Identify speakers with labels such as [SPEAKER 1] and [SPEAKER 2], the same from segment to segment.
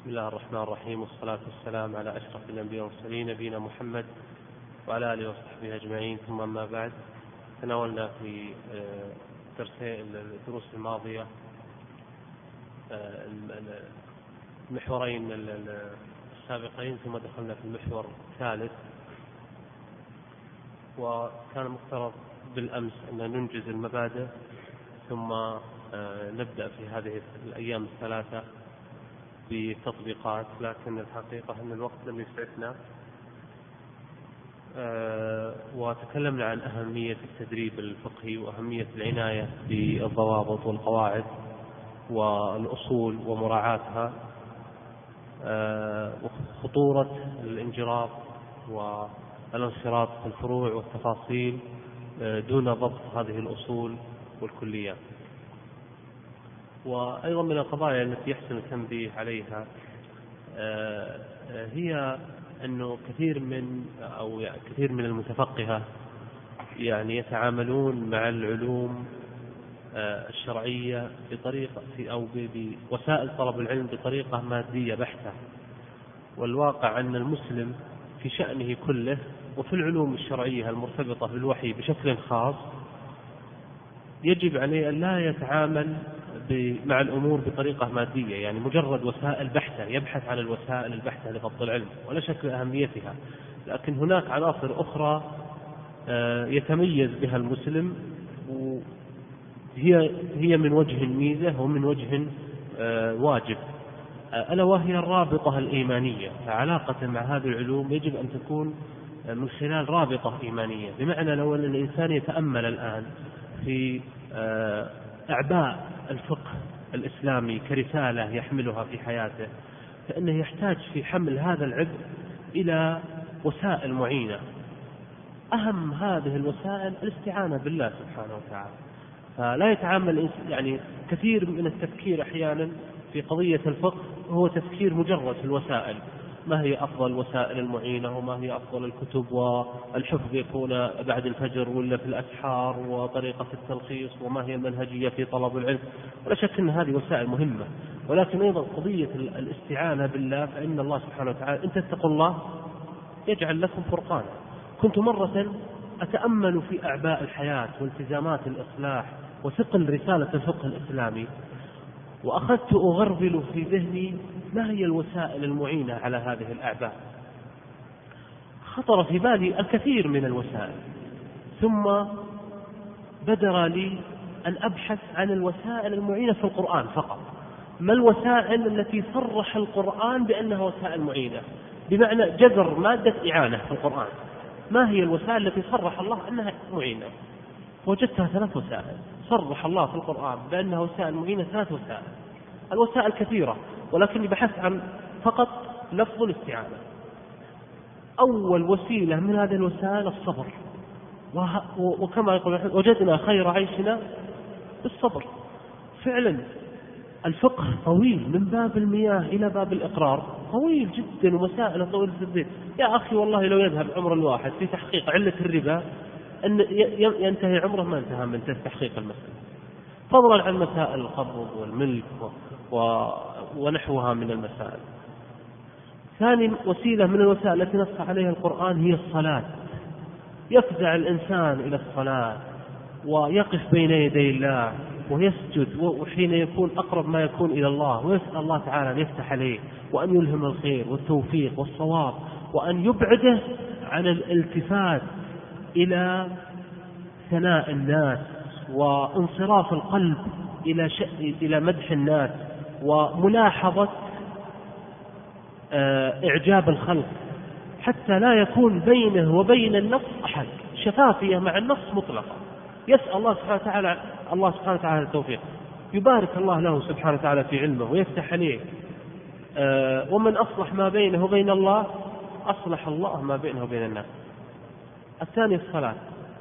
[SPEAKER 1] بسم الله الرحمن الرحيم، والصلاة والسلام على أشرف الأنبياء والمرسلين نبينا محمد وعلى آله وصحبه أجمعين. ثم أما بعد، تناولنا في الدروس الماضية المحورين السابقين، ثم دخلنا في المحور الثالث. وكان مفترض بالأمس أن ننجز المبادئ ثم نبدأ في هذه الأيام الثلاثة بتطبيقات، لكن الحقيقة أن الوقت لم يسعفنا. وتكلمنا عن أهمية التدريب الفقهي وأهمية العناية بالضوابط والقواعد والأصول ومراعاتها، وخطورة الانجراف والانخراط في الفروع والتفاصيل دون ضبط هذه الأصول والكليات. وأيضا من القضايا التي يحسن التنبيه عليها هي أنه كثير من المتفقهة يتعاملون مع العلوم الشرعية بطريقة أو بوسائل طلب العلم بطريقة مادية بحتة. والواقع أن المسلم في شأنه كله وفي العلوم الشرعية المرتبطة بالوحي بشكل خاص يجب عليه أن لا يتعامل مع الأمور بطريقة مادية، مجرد وسائل بحتة، يبحث عن الوسائل البحتة لضبط العلم ولا شك أهميتها، لكن هناك عناصر أخرى يتميز بها المسلم، هي من وجه ميزة ومن وجه واجب، ألا وهي الرابطة الإيمانية. فعلاقة مع هذه العلوم يجب أن تكون من خلال رابطة إيمانية، بمعنى لو أن الإنسان يتأمل الآن في أعباء الفقه الإسلامي كرسالة يحملها في حياته، فإنه يحتاج في حمل هذا العبء إلى وسائل معينة. أهم هذه الوسائل الاستعانة بالله سبحانه وتعالى. فلا يتعامل كثير من التفكير أحيانا في قضية الفقه هو تفكير مجرد في الوسائل، ما هي أفضل وسائل المعينة، وما هي أفضل الكتب، والحفظ يكون بعد الفجر ولا في الأسحار، وطريقة التلخيص، وما هي المنهجية في طلب العلم. ولا شك أن هذه وسائل مهمة، ولكن أيضا قضية الاستعانة بالله، فإن الله سبحانه وتعالى إن تتقوا الله يجعل لكم فرقانا. كنت مرة أتأمل في أعباء الحياة والتزامات الإصلاح وثقل رسالة الفقه الإسلامي، وأخذت أغربل في ذهني ما هي الوسائل المعينة على هذه الأعباء. خطر في بالي الكثير من الوسائل، ثم بدر لي أن أبحث عن الوسائل المعينة في القرآن فقط. ما الوسائل التي صرح القرآن بأنها وسائل معينة، بمعنى جذر مادة إعانة في القرآن؟ ما هي الوسائل التي صرح الله أنها معينة؟ وجدتها 3 وسائل صرح الله في القرآن بأنها وسائل معينة. 3 وسائل. الوسائل كثيرة، ولكني بحثت عن فقط لفظ الاستعانة. أول وسيلة من هذه الوسائل الصبر، وكما يقول وجدنا خير عيشنا بالصبر. فعلا الفقه طويل، من باب المياه إلى باب الإقرار طويل جدا، ومسائل طويلة جدا. يا أخي والله لو يذهب عمر الواحد في تحقيق علة الربا أن ينتهي عمره ما انتهى من تحقيق المسألة، فضلا عن مسائل القبض والملك ونحوها من المسائل. ثاني وسيلة من الوسائل التي نص عليها القرآن هي الصلاة. يفزع الإنسان إلى الصلاة ويقف بين يدي الله ويسجد، وحين يكون أقرب ما يكون إلى الله، ويسأل الله تعالى أن يفتح عليه وأن يلهم الخير والتوفيق والصواب، وأن يبعده عن الالتفات إلى ثناء الناس وانصراف القلب إلى مدح الناس وملاحظة إعجاب الخلق، حتى لا يكون بينه وبين النص أحد، شفافية مع النص مطلقة. يسأل الله سبحانه وتعالى التوفيق، يبارك الله له سبحانه وتعالى في علمه ويفتح عليه. ومن أصلح ما بينه وبين الله أصلح الله ما بينه وبين الناس. الثاني الصلاة،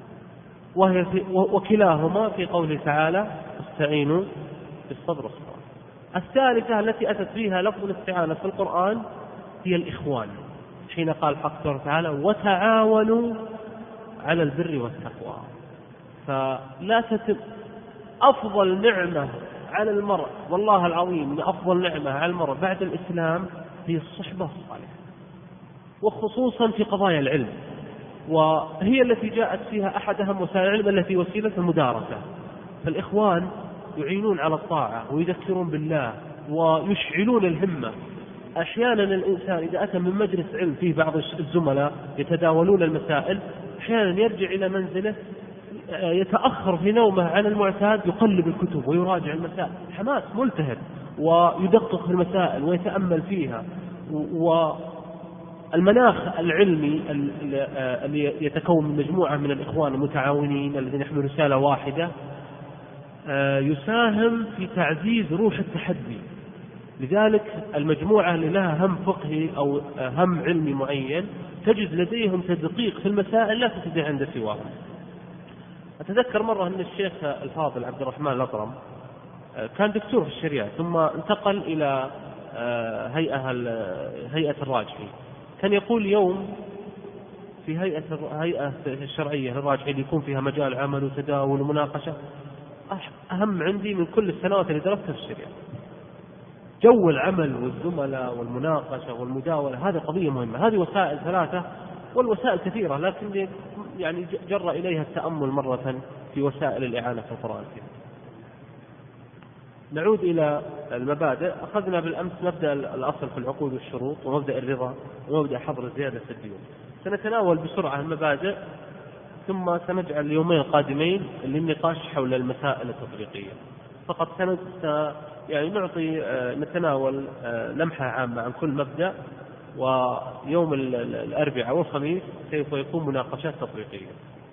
[SPEAKER 1] وكلاهما في قوله تعالى استعينوا بالصبر والصلاة. الثالثة التي أتت فيها لفظ الاستعانة في القرآن هي الإخوان، حين قال الحق سبحانه وتعالى وتعاونوا على البر والتقوى. فلا أفضل نعمة على المرء والله العظيم من أفضل نعمة على المرء بعد الإسلام هي الصحبة الصالحة، وخصوصا في قضايا العلم، وهي التي جاءت فيها أحد أهم وسائل العلم التي وسيلة المدارسة. فالإخوان يعينون على الطاعة ويذكرون بالله ويشعلون الهمة. أحيانا الإنسان إذا أتى من مجلس علم فيه بعض الزملاء يتداولون المسائل، أحيانا يرجع إلى منزله يتأخر في نومه عن المعتاد، يقلب الكتب ويراجع المسائل، حماس ملتهب، ويدقق في المسائل ويتأمل فيها. والمناخ العلمي اللي يتكون من مجموعة من الإخوان المتعاونين الذين يحملون رسالة واحدة يساهم في تعزيز روح التحدي. لذلك المجموعة اللي لها هم فقهي أو هم علمي معين تجد لديهم تدقيق في المسائل لا تجد عند سواهم. أتذكر مرة أن الشيخ الفاضل عبد الرحمن الأطرم كان دكتور في الشريعة، ثم انتقل إلى هيئة الراجحي. كان يقول يوم في هيئة الشرعية الراجحي اللي يكون فيها مجال عمل وتداول ومناقشة، أهم عندي من كل السنوات اللي درستها في الشريعة. جو العمل والزملاء والمناقشة والمداولة هذه قضية مهمة. هذه وسائل ثلاثة، والوسائل كثيرة، لكن يعني جر إليها التأمل مرة في وسائل الإعانة في القرآن الكريم. نعود إلى المبادئ. أخذنا بالأمس مبدأ الأصل في العقود والشروط، ومبدأ الرضا، ومبدأ حظر الزيادة في الديون. سنتناول بسرعة المبادئ، ثم سنجعل اليومين القادمين للنقاش حول المسائل التطبيقية. فقط يعني نتناول لمحة عامة عن كل مبدأ، ويوم الأربعاء والخميس سوف يكون مناقشات تطبيقية.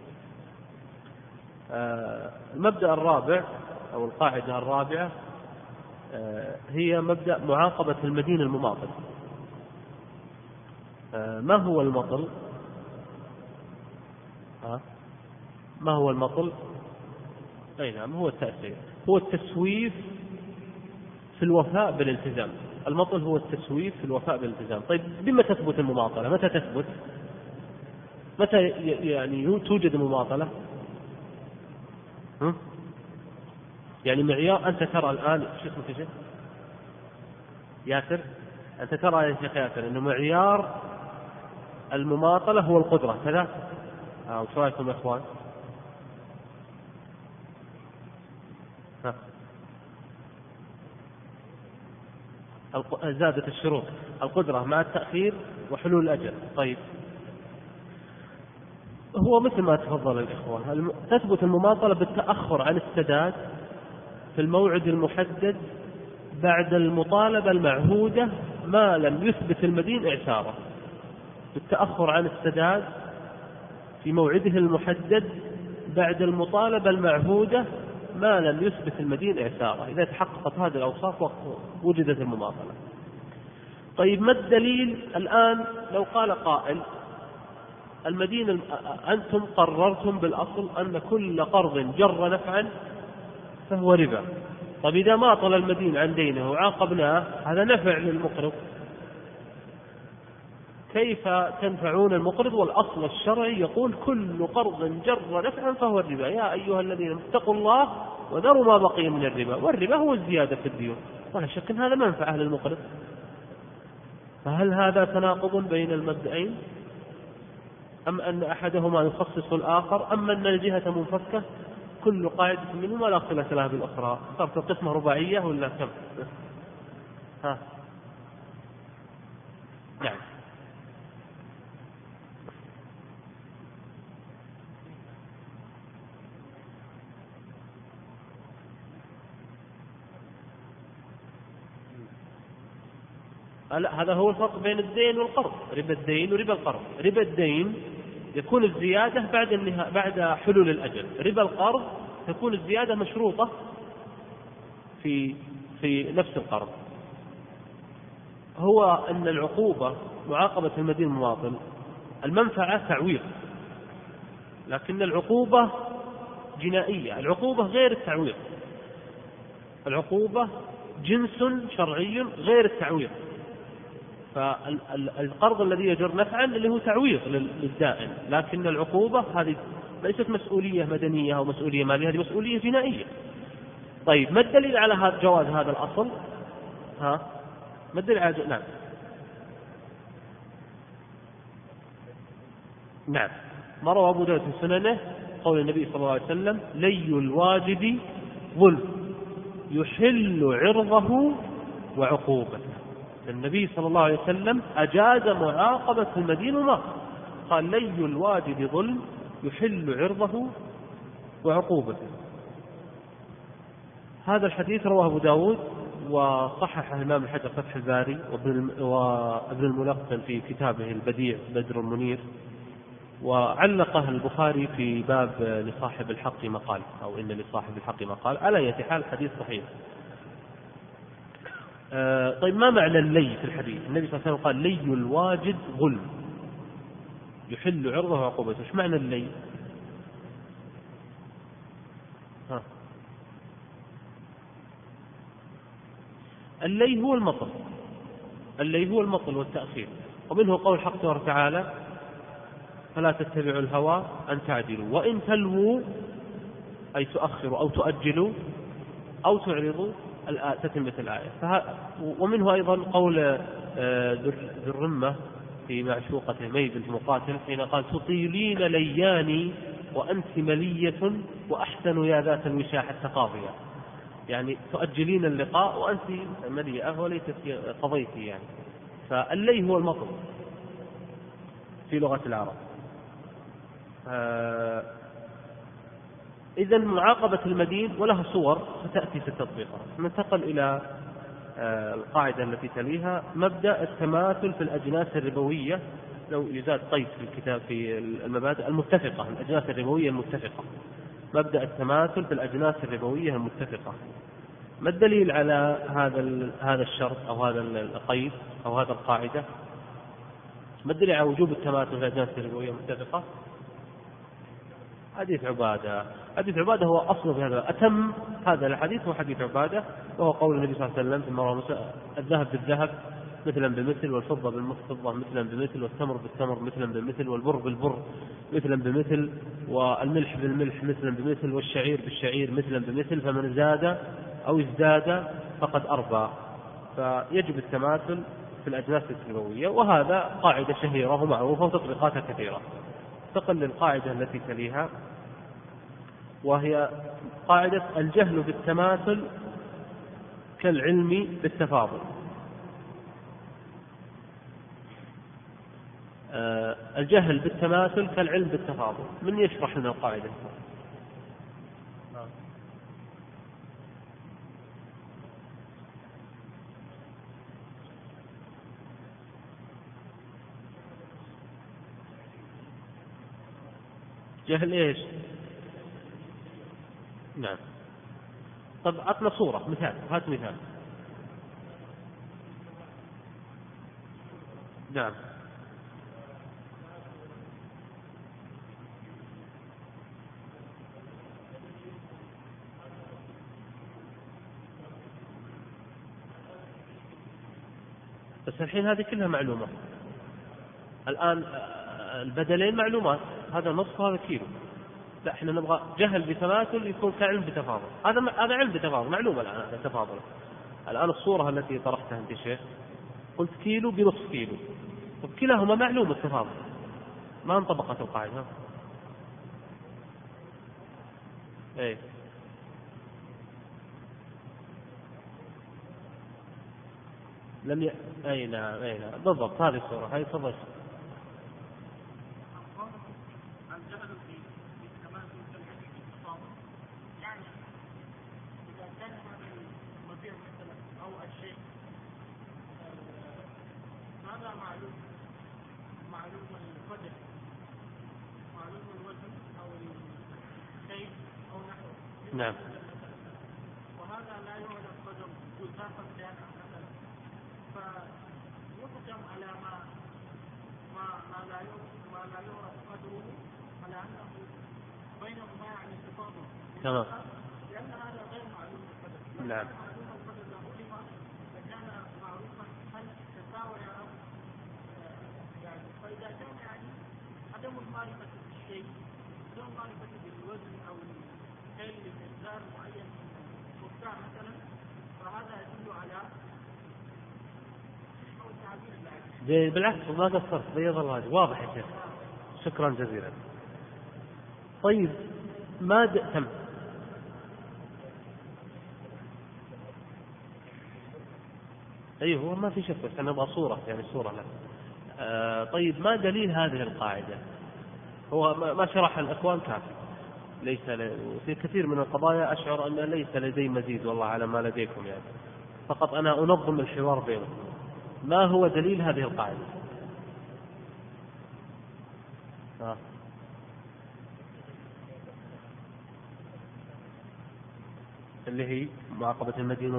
[SPEAKER 1] المبدأ الرابع أو القاعدة الرابعة هي مبدأ معاقبة المدين المماطل. ما هو المطل؟ ما هو المطل؟ أي نعم، هو التأثير، هو التسويف في الوفاء بالالتزام. المطل هو التسويف في الوفاء بالالتزام. طيب بما تثبت المماطلة؟ متى تثبت؟ متى يعني توجد المماطلة؟ يعني معيار. أنت ترى الآن شو اسمك يا شيخ ياسر؟ أنت ترى يا شيخ ياسر أنه معيار المماطلة هو القدرة كذا؟ وش رأيكم يا إخوان؟ زادت الشروط، القدرة مع التأخير وحلول الأجل. طيب هو مثل ما تفضل الإخوة، تثبت المماطلة بالتأخر عن السداد في الموعد المحدد بعد المطالبة المعهودة ما لم يثبت المدين إعساره. بالتأخر عن السداد في موعده المحدد بعد المطالبة المعهودة ما لم يثبت المدين إعساره. إذا تحققت هذه الأوصاف وجدت المماطلة. طيب ما الدليل الآن لو قال قائل المدين أنتم قررتم بالأصل أن كل قرض جر نفعا فهو ربا. طيب إذا ماطل المدين عن دينه وعاقبناه هذا نفع للمقرض، كيف تنفعون المقرض والأصل الشرعي يقول كل قرض جر نفعا فهو الربا؟ يا أيها الذين اتقوا الله وذروا ما بقي من الربا، والربا هو الزيادة في الديون، ولا شك أن هذا منفعة للمقرض. فهل هذا تناقض بين المبدئين، أم أن أحدهما يخصص الآخر، أم أن الجهة منفكة كل قاعدة منهما لا صلة لها بالأخرى؟ صارت القسمة رباعية ولا كم؟ نعم. لا، هذا هو الفرق بين الدين والقرض، ربا الدين وربا القرض. ربا الدين يكون الزيادة بعد حلول الأجل. ربا القرض تكون الزيادة مشروطة في نفس القرض. هو أن العقوبة معاقبة المدين المماطل المنفعة تعويض، لكن العقوبة جنائية. العقوبة غير التعويض، العقوبة جنس شرعي غير التعويض. فالقرض الذي يجر نفعا اللي هو تعويض للدائن، لكن العقوبة هذه ليست مسؤولية مدنية أو مسؤولية مالية، هذه مسؤولية جنائية. طيب ما الدليل على هذا جواز هذا الأصل؟ ها؟ ما الدليل على نعم. نعم، ما روى أبو داود في سننه قول النبي صلى الله عليه وسلم: لي الواجد ظلم يحل عرضه وعقوبته. النبي صلى الله عليه وسلم أجاز معاقبة المدين وما قال: لي الواجد ظلم يحل عرضه وعقوبته. هذا الحديث رواه أبو داود وصححه الإمام الحجر فتح الباري وابن الملقن في كتابه البديع بدر المنير، وعلقه البخاري في باب لصاحب الحق مقال، أو إن لصاحب الحق مقال. على أي حال الحديث صحيح. طيب ما معنى اللي في الحديث؟ النبي صلى الله عليه وسلم قال: لي الواجد ظلم يحل عرضه وعقوبته. ايش معنى اللي؟ ها. اللي هو المطل، اللي هو المطل والتأخير. ومنه قول الحق تبارك وتعالى: فلا تتبعوا الهوى أن تعدلوا وإن تلووا، أي تؤخروا أو تؤجلوا أو تعرضوا تتمة الآية. ومنه أيضا قول ذو الرمة في معشوقته مي بنت مقاتل حين قال: تطيلين لياني وأنت ملية وأحسن يا ذات الوشاح التقاضية. يعني تؤجلين اللقاء وأنت مليئة وليست قضيتي يعني. فاللي هو المطر في لغة العرب. إذن معاقبة المدين ولها صور ستأتي في التطبيقات. ننتقل إلى القاعدة التي تليها: مبدأ التماثل في الأجناس الربوية. لو يزاد قيد في الكتاب في المبادئ المتفقة، الأجناس الربوية المتفقة. مبدأ التماثل في الأجناس الربوية المتفقة. ما الدليل على هذا الشرط أو هذا القيد أو هذا القاعدة؟ ما الدليل على وجوب التماثل في الأجناس الربوية المتفقة؟ حديث عبادة. حديث عبادة هو أصل في هذا. أتم هذا الحديث هو حديث عبادة، وهو قول النبي صلى الله عليه وسلم فيما رواه الذهب بالذهب مثلا بمثل، والفضة بالفضة مثلا بمثل، والتمر بالتمر مثلا بمثل، والبر بالبر مثلا بمثل، والملح بالملح مثلا بمثل، والشعير بالشعير مثلا بمثل، فمن زاد أو ازداد فقد أربى. فيجب التماثل في الأجناس الربوية، وهذا قاعدة شهيرة ومعروفة وتطبيقاتها كثيرة. انتقل للقاعدة التي تليها، وهي قاعدة الجهل بالتماثل كالعلم بالتفاضل. الجهل بالتماثل كالعلم بالتفاضل. من يشرح لنا القاعدة؟ جهل ايش؟ نعم. طب عطنا صورة، مثال، هات مثال. نعم. بس الحين هذه كلها معلومات. الآن البدلين معلومات، هذا نصف هذا كيلو. لا، احنا نبغى جهل بتماثل يكون كعلم بتفاضل. هذا علم بتفاضل، معلومة الآن هذا تفاضل. الآن الصورة التي طرحتها أنت شيخ قلت كيلو بنصف كيلو، طب كلاهما معلوم التفاضل، ما انطبقت القاعدة. ايه اي نعم، اي نعم بالضبط، هذه الصورة هذه تفضل.
[SPEAKER 2] معلوم القدر، معلوم الوزن أو الكيف أو نحوه.
[SPEAKER 1] نعم.
[SPEAKER 2] وهذا لا يعلم قدر وثاقا كان مثلا، فيحكم على ما لا يعرف قدره على أنه بينهما يعني تفاضل.
[SPEAKER 1] تمام.
[SPEAKER 2] لأن هذا غير معلوم القدر.
[SPEAKER 1] نعم.
[SPEAKER 2] معلوم القدر لو علم فكان معروفا هل تساوي أو يعني. فإذا كان يعني عدم المعرفة بالشيء، عدم المعرفة بالوزن أو الكيل بمقدار معين من النساء مثلا فهذا يدل على أو التعبير
[SPEAKER 1] بالعكس ما قصرت، بيض الله واضح يا شيخ، شكرا جزيلا. طيب ما تم أيوه هو ما في شك، بس أنا أبغى صورة يعني صورة له. طيب ما دليل هذه القاعدة؟ هو ما شرح الأخوان كافي، ليس في كثير من القضايا أشعر أن ليس لدي مزيد والله على ما لديكم يعني، فقط أنا أنظم الحوار بينكم. ما هو دليل هذه القاعدة؟ اللي هي معاقبة المدين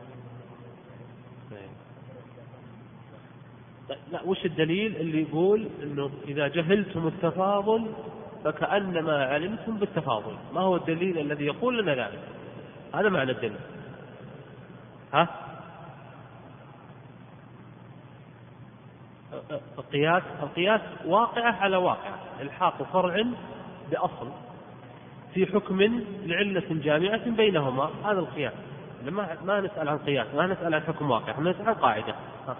[SPEAKER 1] لا، وش الدليل اللي يقول انه اذا جهلتم التفاضل فكأنما علمتم بالتفاضل؟ ما هو الدليل الذي يقول لنا ذلك؟ هذا معنى الدليل. القياس واقعة على واقع، الحاق فرع بأصل في حكم لعلة جامعة بينهما، هذا القياس. ما نسأل عن قياس، ما نسأل عن حكم واقع، نسأل عن قاعدة.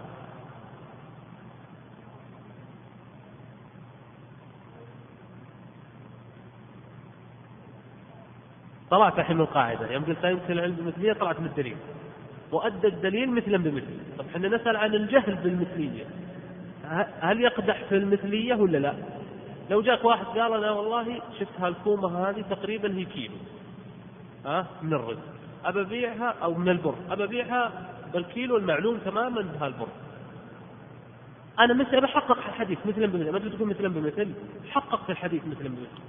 [SPEAKER 1] طلعت الحين من القاعدة، يوم قلت يمكن العلم بالمثلية طلعت من الدليل، وأدى الدليل مثلا بمثل. طب احنا نسأل عن الجهل بالمثلية، هل يقدح في المثلية ولا لا؟ لو جاك واحد قال أنا والله شفت هالكومة هذه تقريبا هي كيلو من الرز، أبى أبيعها أو من البر، أبى أبيعها بالكيلو المعلوم تماما بهالبر، أنا مثلا بحقق الحديث مثلا بمثل، ما تقول مثلا بمثل، حققت الحديث مثلا بمثل،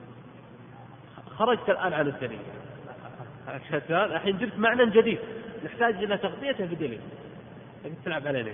[SPEAKER 1] خرجت الآن عن الدليل. الحين جبت معنى جديد نحتاج إلى تغطيته بدليل. تلعب علينا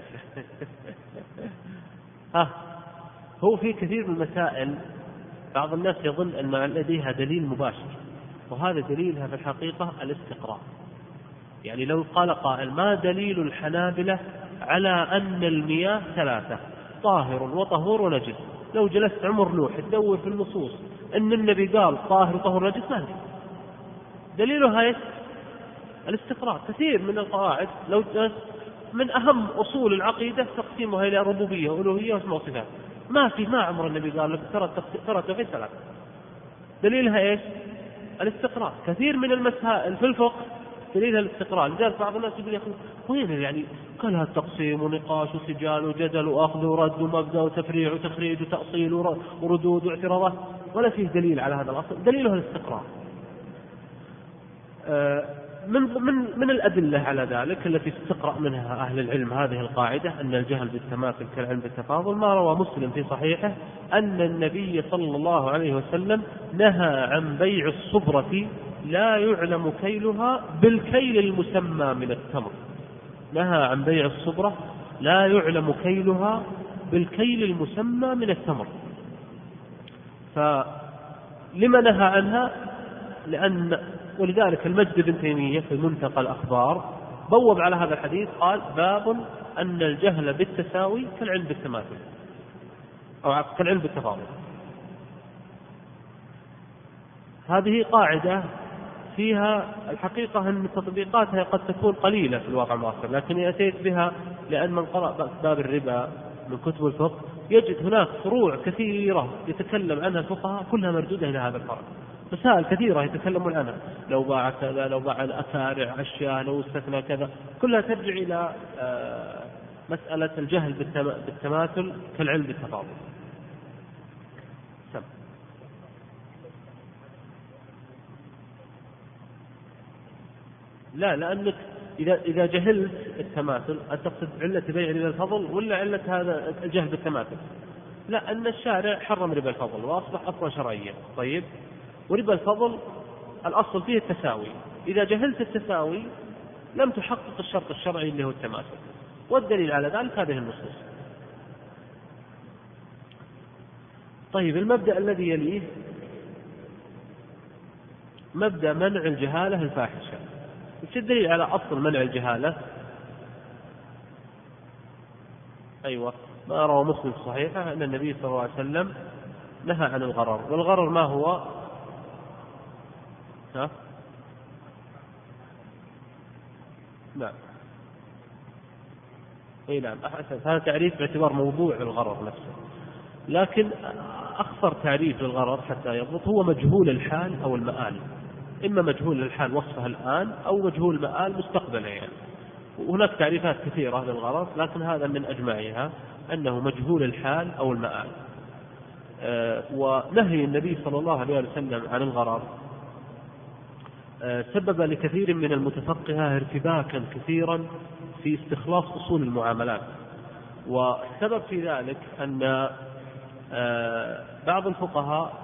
[SPEAKER 1] هو في كثير من المسائل بعض الناس يظن أن لديها دليل مباشر، وهذا دليلها في الحقيقة الاستقراء. يعني لو قال قائل ما دليل الحنابلة على أن المياه ثلاثة، طاهر وطهور ونجس، لو جلست عمر نوح تدور في النصوص أن النبي قال طاهر وطهور ونجس، ما ندري دليلها الاستقراء. كثير من القواعد لو من أهم أصول العقيدة تقسيمها إلى ربوبية وألوهية واسماء وصفات، ما عمر النبي قال لك ترى التوحيد ثلاثة، دليلها الاستقراء. كثير من المسائل في الفقه دليلها الاستقراء. لذلك بعض الناس يقول يا أخي وين يعني كلها التقسيم ونقاش وسجال وجدل وأخذ ورد ومبدأ وتفريع وتخريج وتأصيل وردود واعتراضات، ولا فيه دليل على هذا الأصل، دليلها الاستقراء. من الأدلة على ذلك التي استقرأ منها أهل العلم هذه القاعدة أن الجهل بالتماثل كالعلم بالتفاضل، ما روى مسلم في صحيحه أن النبي صلى الله عليه وسلم نهى عن بيع الصبرة لا يعلم كيلها بالكيل المسمى من التمر. نهى عن بيع الصبرة لا يعلم كيلها بالكيل المسمى من التمر. فلما نهى عنها؟ ولذلك المجد بن تيمية في منتقى الأخبار بوب على هذا الحديث، قال باب أن الجهل بالتساوي كالعلم بالتماثل أو كالعلم بالتفاضل. هذه قاعدة فيها الحقيقة أن تطبيقاتها قد تكون قليلة في الواقع المعاصر، لكن أتيت بها لأن من قرأ باب الربا من كتب الفقه يجد هناك فروع كثيرة يتكلم عنها الفقهاء كلها مردودة إلى هذا الفرع. مسائل كثيرة يتكلمون عنها، لو باع كذا، لو باع الأكارع الشاه، لو استثنى كذا، كلها ترجع إلى مسألة الجهل بالتماثل كالعلم بالتفاضل. لا، لأنك إذا جهلت التماثل أتقصد علة بيع ربا الفضل ولا علة هذا الجهل بالتماثل؟ لا، أن الشارع حرم ربا الفضل وأصبح أصلا شرعيا. طيب، وربا الفضل الأصل فيه التساوي، إذا جهلت التساوي لم تحقق الشرط الشرعي اللي هو التماثل، والدليل على ذلك هذه النصوص. طيب، المبدأ الذي يليه مبدأ منع الجهالة الفاحشة. وش الدليل على أصل منع الجهالة؟ أيوة، ما روى مسلم صحيحة أن النبي صلى الله عليه وسلم نهى عن الغرر. والغرر ما هو؟ نعم. اي نعم، هذا تعريف باعتبار موضوع الغرض نفسه، لكن أخطر تعريف للغرض حتى يضبط هو مجهول الحال أو المآل، إما مجهول الحال وصفها الآن أو مجهول المآل مستقبلا يعني. وهناك تعريفات كثيرة للغرض، لكن هذا من أجمعها أنه مجهول الحال أو المآل. ونهي النبي صلى الله عليه وسلم عن الغرض سبب لكثير من المتفقهة ارتباكا كثيرا في استخلاص أصول المعاملات. والسبب في ذلك أن بعض الفقهاء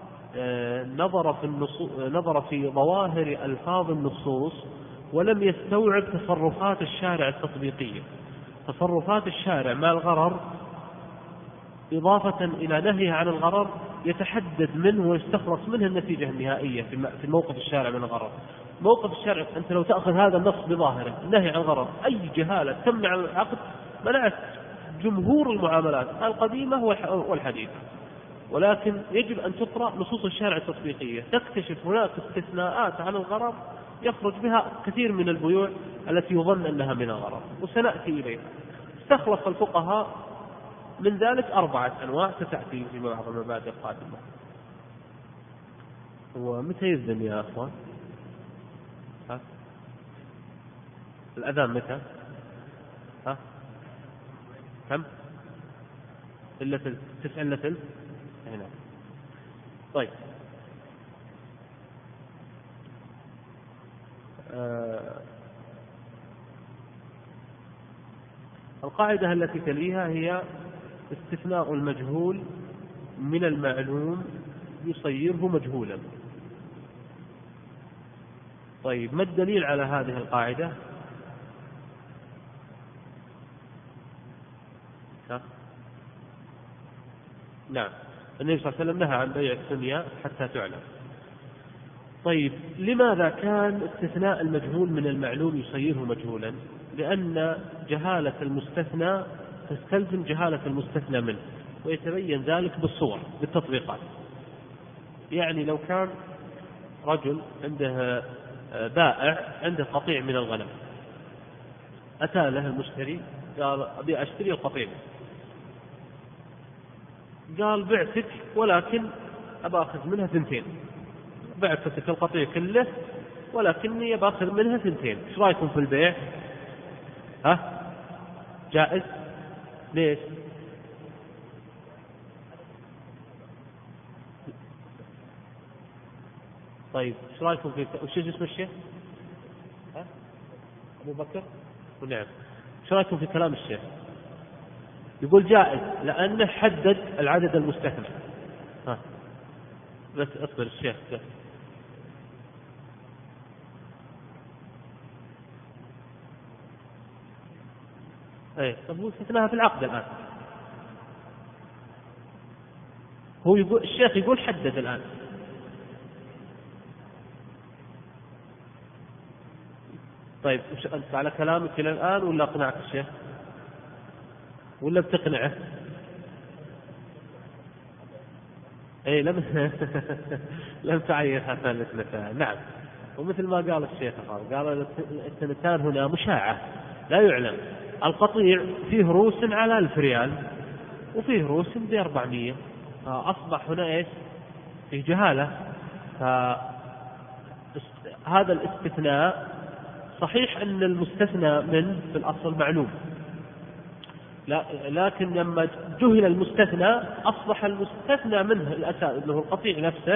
[SPEAKER 1] نظر في ظواهر ألفاظ النصوص ولم يستوعب تصرفات الشارع التطبيقية. تصرفات الشارع مع الغرر إضافة إلى نهيه عن الغرر يتحدد منه ويستخلص منه النتيجة النهائية في موقف الشارع من الغرر. موقف الشارع، أنت لو تأخذ هذا النص بظاهره النهي عن الغرر، أي جهالة تمنع العقد منعت جمهور المعاملات القديمة والحديثة. ولكن يجب أن تقرأ نصوص الشارع التطبيقية، تكتشف هناك استثناءات عن الغرر يخرج بها كثير من البيوع التي يظن أنها من الغرر، وسنأتي إليها. استخلص الفقهاء من ذلك 4 أنواع ستأتي في بعض المبادئ القادمة. ومتى يذن يا أخوان؟ الأذان متى؟ كم؟ إلا ثلث، 9 إلا ثلث هنا. طيب، القاعدة التي تليها هي استثناء المجهول من المعلوم يصيره مجهولا. طيب، ما الدليل على هذه القاعدة؟ نعم، النبي صلى الله عليه وسلم نهى عن بيع الثنيا حتى تعلم. طيب، لماذا كان استثناء المجهول من المعلوم يصيره مجهولا؟ لأن جهالة المستثنى تستلزم جهالة المستثنى منه، ويتبين ذلك بالصور بالتطبيقات. يعني لو كان رجل عنده بائع عنده قطيع من الغنم، أتى له المشتري قال أبي أشتري القطيع، قال بعتك ولكن أباخذ منها 2، بعتك القطيع كله ولكني أباخذ منها 2، ايش رأيكم في البيع؟ جائز؟ ليش؟ طيب، ايش رأيكم في وش اسم الشيخ؟ أبو بكر؟ ونعم، ايش رأيكم في كلام الشيخ؟ يقول جائز لأنه حدد العدد المستثنى. بس أصبر الشيخ. طب هو استثناها في العقد الآن. هو يقول الشيخ يقول حدد الآن. طيب، أنت على كلامك إلى الآن ولا أقنعك الشيخ؟ ولا بتقنعه؟ لم تعينها ثالث. نعم، ومثل ما قال الشيخ قال الثنتان هنا مشاعة لا يعلم. القطيع فيه روس على 1000 ريال وفيه روس ب400، فأصبح هنا إيش؟ فيه جهالة. فهذا الاستثناء صحيح أن المستثنى منه في الأصل معلوم، لكن لما جهل المستثنى أصبح المستثنى منه الأساس اللي هو القطيع نفسه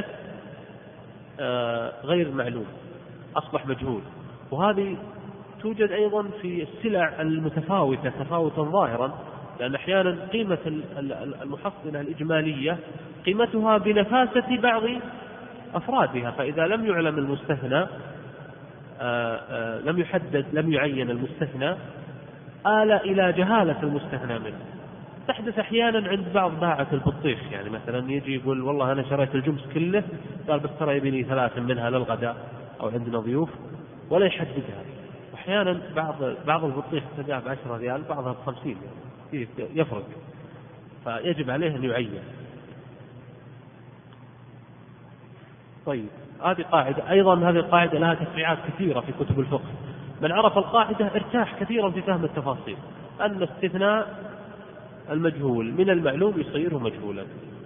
[SPEAKER 1] غير معلوم، أصبح مجهول. وهذه توجد أيضا في السلع المتفاوتة تفاوتا ظاهرا، لأن أحيانا قيمة المحصلة الإجمالية قيمتها بنفاسة بعض أفرادها، فإذا لم يعلم المستثنى لم يحدد لم يعين المستثنى آل إلى جهالة المستثنى منه. تحدث أحيانا عند بعض باعة البطيخ، يعني مثلا يجي يقول والله أنا شريت الجمس كله، قال بس ترى يبيني 3 منها للغداء أو عندنا ضيوف، ولا يحددها. أحيانا بعض البطيخ تباع ب10 ريال، بعضها ب50، يفرق، فيجب عليه أن يعين. طيب، هذه قاعدة. أيضا هذه القاعدة لها تفريعات كثيرة في كتب الفقه، من عرف القاعدة ارتاح كثيرا في فهم التفاصيل، أن استثناء المجهول من المعلوم يصيره مجهولا.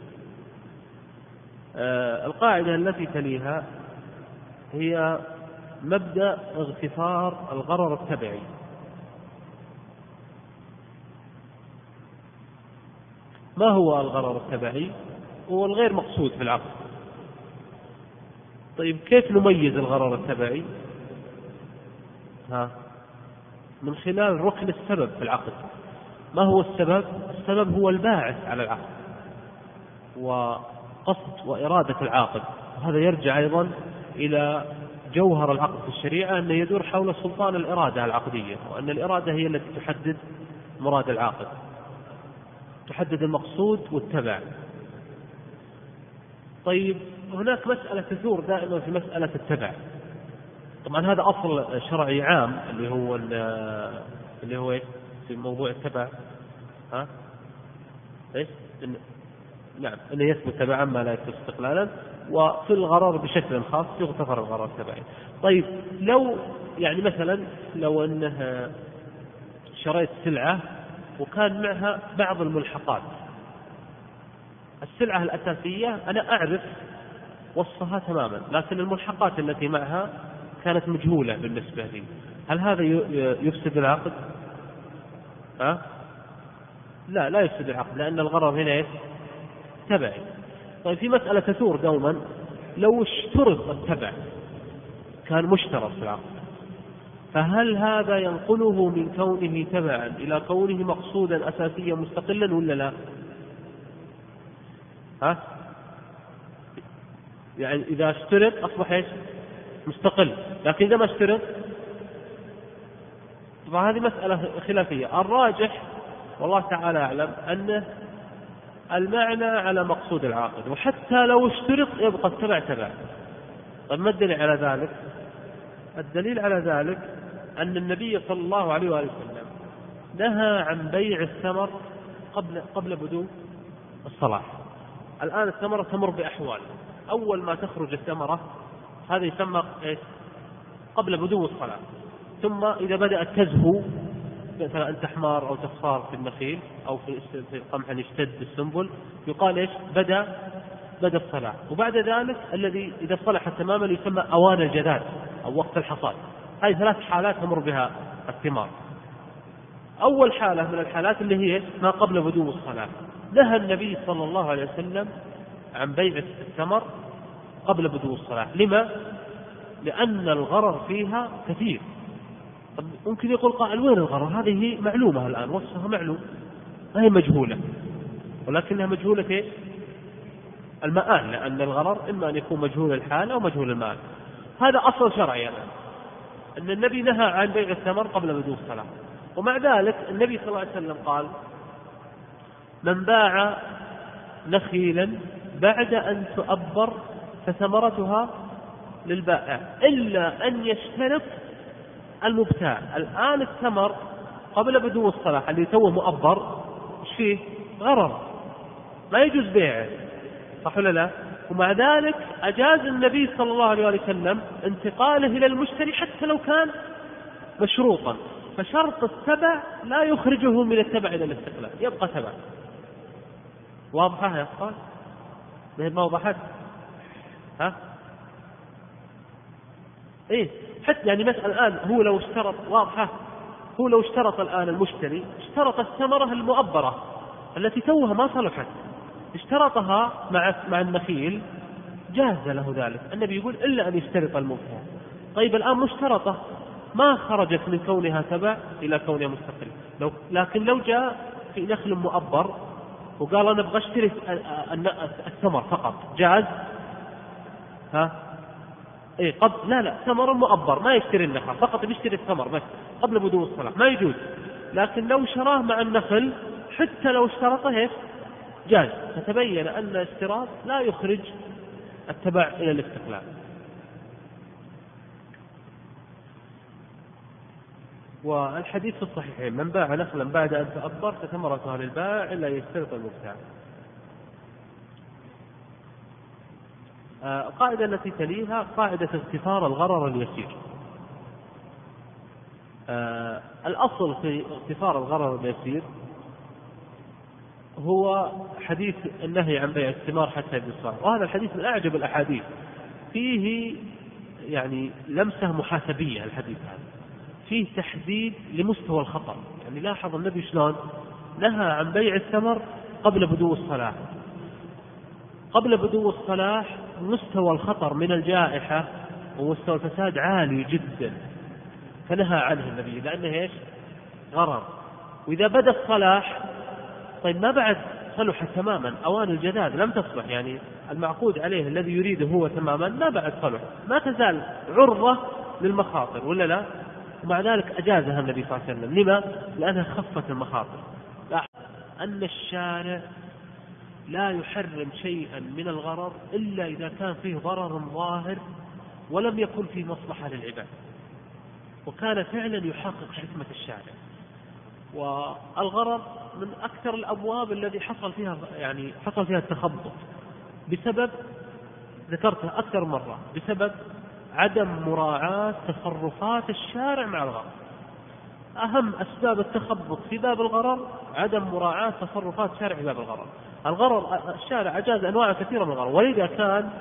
[SPEAKER 1] القاعدة التي تليها هي مبدأ اغتفار الغرر التبعي. ما هو الغرر التبعي؟ هو الغير مقصود في العقد. طيب كيف نميز الغرر التبعي؟ من خلال ركن السبب في العقد. ما هو السبب؟ السبب هو الباعث على العقد وقصد وإرادة العاقد، وهذا يرجع أيضا إلى جوهر العقد في الشريعة، أنه يدور حول سلطان الإرادة العقدية، وأن الإرادة هي التي تحدد مراد العاقد، تحدد المقصود والتبع. طيب هناك مسألة تثور دائما في مسألة التبع. طبعا هذا أصل شرعي عام اللي هو في موضوع التبع. نعم، أنه يثبت تبعا ما لا يثبت استقلالا، وفي الغرر بشكل خاص يغتفر الغرر التبعي. طيب لو يعني مثلا لو أنها شريت سلعة وكان معها بعض الملحقات، السلعة الأساسية أنا أعرف وصفها تماما، لكن الملحقات التي معها كانت مجهولة بالنسبة لي، هل هذا يفسد العقد؟ لا يفسد العقد، لأن الغرر هنا تبعي. طيب في مسألة تثور دوما، لو اشترط التبع كان مشترط في العقد، فهل هذا ينقله من كونه تبعا إلى كونه مقصودا أساسيا مستقلا ولا لا؟ يعني إذا اشترط أصبح مستقل، لكن إذا ما اشترط، طبعا هذه مسألة خلافية. الراجح والله تعالى أعلم أن المعنى على مقصود العاقد، وحتى لو اشترط يبقى التبع تبع. طيب ما الدليل على ذلك؟ الدليل على ذلك أن النبي صلى الله عليه وآله وسلم نهى عن بيع الثمر قبل بدو الصلاح. الآن الثمرة تمر بأحوال، أول ما تخرج الثمرة هذا يسمى قبل بدو الصلاة، ثم إذا بدأت تزهو مثلا أن تحمار أو تصفار في النخيل أو في القمح أن يشتد السنبل، يقال بدأ الصلاة. وبعد ذلك الذي إذا صلح تماما يسمى أوان الجذاذ أو وقت الحصاد. هذه 3 حالات تمر بها الثمار. أول حالة من الحالات اللي هي ما قبل بدو الصلاة، نهى النبي صلى الله عليه وسلم عن بيع الثمر قبل بدو الصلاة. لما؟ لأن الغرر فيها كثير. طب ممكن يقول قائل وين الغرر؟ هذه معلومة الآن، وصفها معلوم، ما هي مجهولة، ولكنها مجهولة المآل، لأن الغرر إما أن يكون مجهول الحال أو مجهول المآل. هذا أصل شرعي الآن، أن النبي نهى عن بيع الثمر قبل بدو الصلاة. ومع ذلك النبي صلى الله عليه وسلم قال: من باع نخيلا بعد أن تؤبر فثمرتها للبائع إلا أن يشترط المبتاع. الآن الثمر قبل بدو الصلاة اللي توه مؤبر ايش فيه؟ غرر، ما يجوز بيعه، صح ولا لا؟ ومع ذلك أجاز النبي صلى الله عليه وسلم انتقاله إلى المشتري حتى لو كان مشروطا. فشرط التبع لا يخرجه من التبع إلى الاستقلال، يبقى تبع. واضحة يا أخوان؟ ما وضحت؟ حتى يعني مسألة الآن هو لو اشترط، واضحة، هو لو اشترط الآن المشتري اشترط الثمرة المؤبرة التي توها ما صلحت، اشترطها مع النخيل، جاز له ذلك. النبي يقول إلا أن يشترط المبتاع. طيب الآن مشترطة ما خرجت من كونها تبع إلى كونها مستقل. لكن لو جاء في نخل مؤبر وقال أنا أبغى أشتري الثمر فقط، جاز؟ لا ثمر مؤبر ما يشتري النخل، فقط بيشتري الثمر بس قبل بدو الصلاة، ما يجوز. لكن لو شراه مع النخل حتى لو اشترطه جاز. فتبين أن الاشتراط لا يخرج التبع إلى الاستقلال. والحديث في الصحيحين: من باع نخلا بعد أن تؤبر فثمرتها للبائع إلا يشترط المبتاع. القاعدة التي تليها قاعدة اغتفار الغرر اليسير. الأصل في اغتفار الغرر اليسير هو حديث النهي عن بيع الثمار حتى يبدو الصاع، وهذا الحديث من أعجب الأحاديث، فيه يعني لمسة محاسبية. الحديث هذا فيه تحديد لمستوى الخطر، يعني لاحظ النبي شلون نهى عن بيع الثمر قبل بدو الصلاح. قبل بدو الصلاح مستوى الخطر من الجائحة ومستوى الفساد عالي جدا، فنهى عنه النبي لأنه إيش؟ غرر. وإذا بدأ الصلاح، طيب ما بعد صلح تماما، أوان الجداد لم تصلح، يعني المعقود عليه الذي يريده هو تماما ما بعد صلح، ما تزال عرضة للمخاطر ولا لا؟ ومع ذلك أجازها النبي صلى الله عليه وسلم. لما؟ لأنها خفت المخاطر. لاحظ أن الشارع لا يحرم شيئا من الغرر إلا إذا كان فيه ضرر ظاهر ولم يكن فيه مصلحة للعباد، وكان فعلا يحقق حكمة الشارع. والغرر من أكثر الأبواب الذي حصل فيها التخبط بسبب، ذكرتها أكثر مرة، بسبب عدم مراعاة تصرفات الشارع مع الغرر. أهم أسباب التخبط في باب الغرر عدم مراعاة تصرفات الشارع في باب الغرر. الشارع أجاز أنواع كثيرة من الغرر، ولذا كان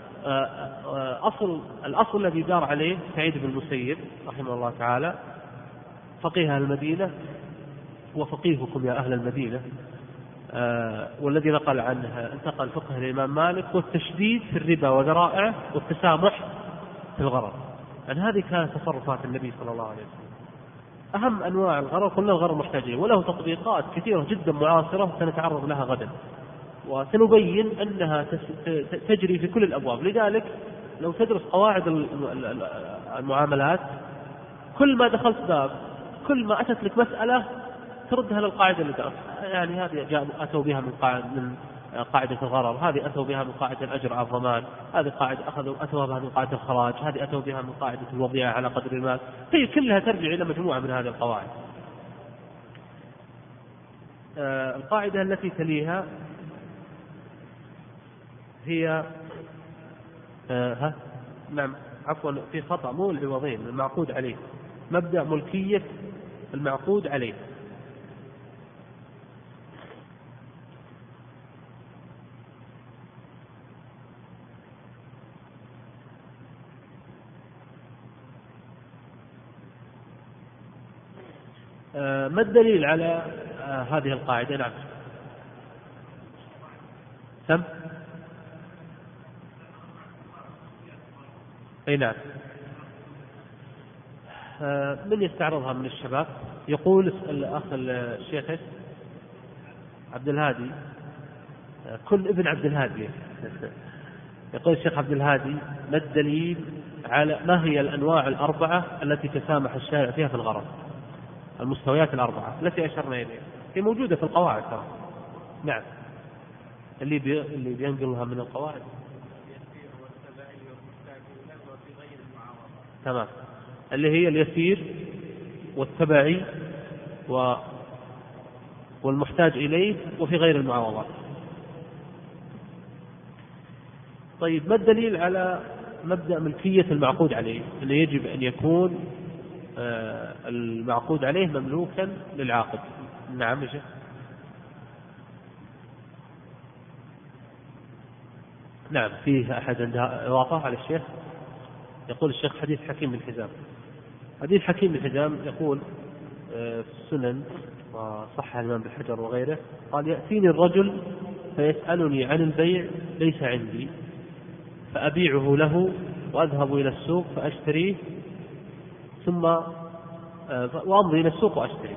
[SPEAKER 1] الأصل الذي دار عليه سعيد بن المسيب رحمه الله تعالى فقيه المدينة وفقيهكم يا أهل المدينة، والذي نقل عنه انتقل فقه الإمام مالك، والتشديد في الربا وذرائعه والتسامح في الغرر. أن هذه كانت تصرفات النبي صلى الله عليه وسلم. أهم أنواع الغرر كلنا الغرر محتاجين، وله تطبيقات كثيرة جدا معاصرة سنتعرض لها غدا، وسنبين أنها تجري في كل الأبواب. لذلك لو تدرس قواعد المعاملات، كل ما دخلت باب، كل ما أتت لك مسألة تردها للقاعدة اللي درسها. يعني هذه أتوا بها من قاعدة الغرر، هذه أتوا بها من قاعدة الأجر على الضمان، هذه قاعدة أتوا بها من قاعدة الخراج، هذه أتوا بها من قاعدة الوضيعة على قدر المال. هي كلها ترجع إلى مجموعة من هذه القواعد. القاعدة التي تليها هي نعم عفوا في خطأ، مو العوضين، المعقود عليه، مبدأ ملكية المعقود عليه. ما الدليل على هذه القاعدة؟ نعم سم أي نعم. من يستعرضها من الشباب؟ يقول الأخ الشيخ عبد الهادي، كل ابن عبد الهادي. يقول الشيخ عبد الهادي: ما الدليل على ما هي الأنواع الأربعة التي تسامح الشارع فيها في الغرض؟ المستويات الأربعة التي أشرنا إليها هي موجودة في القواعد ترى. نعم اللي بينقلها من القواعد. تمام، اللي هي اليسير والتبعي والمحتاج إليه وفي غير المعاوضات. طيب ما الدليل على مبدأ ملكية المعقود عليه، اللي يجب أن يكون المعقود عليه مملوكا للعاقد؟ نعم يا شيخ. نعم فيه أحد عنده إضافة على الشيخ؟ يقول الشيخ حديث حكيم بن حزام. حديث حكيم بن حزام يقول في السنن وصح الإمام بن حجر وغيره، قال: يأتيني الرجل فيسألني عن البيع ليس عندي، فأبيعه له وأذهب إلى السوق فأشتريه، ثم وأمضي إلى السوق وأشتري.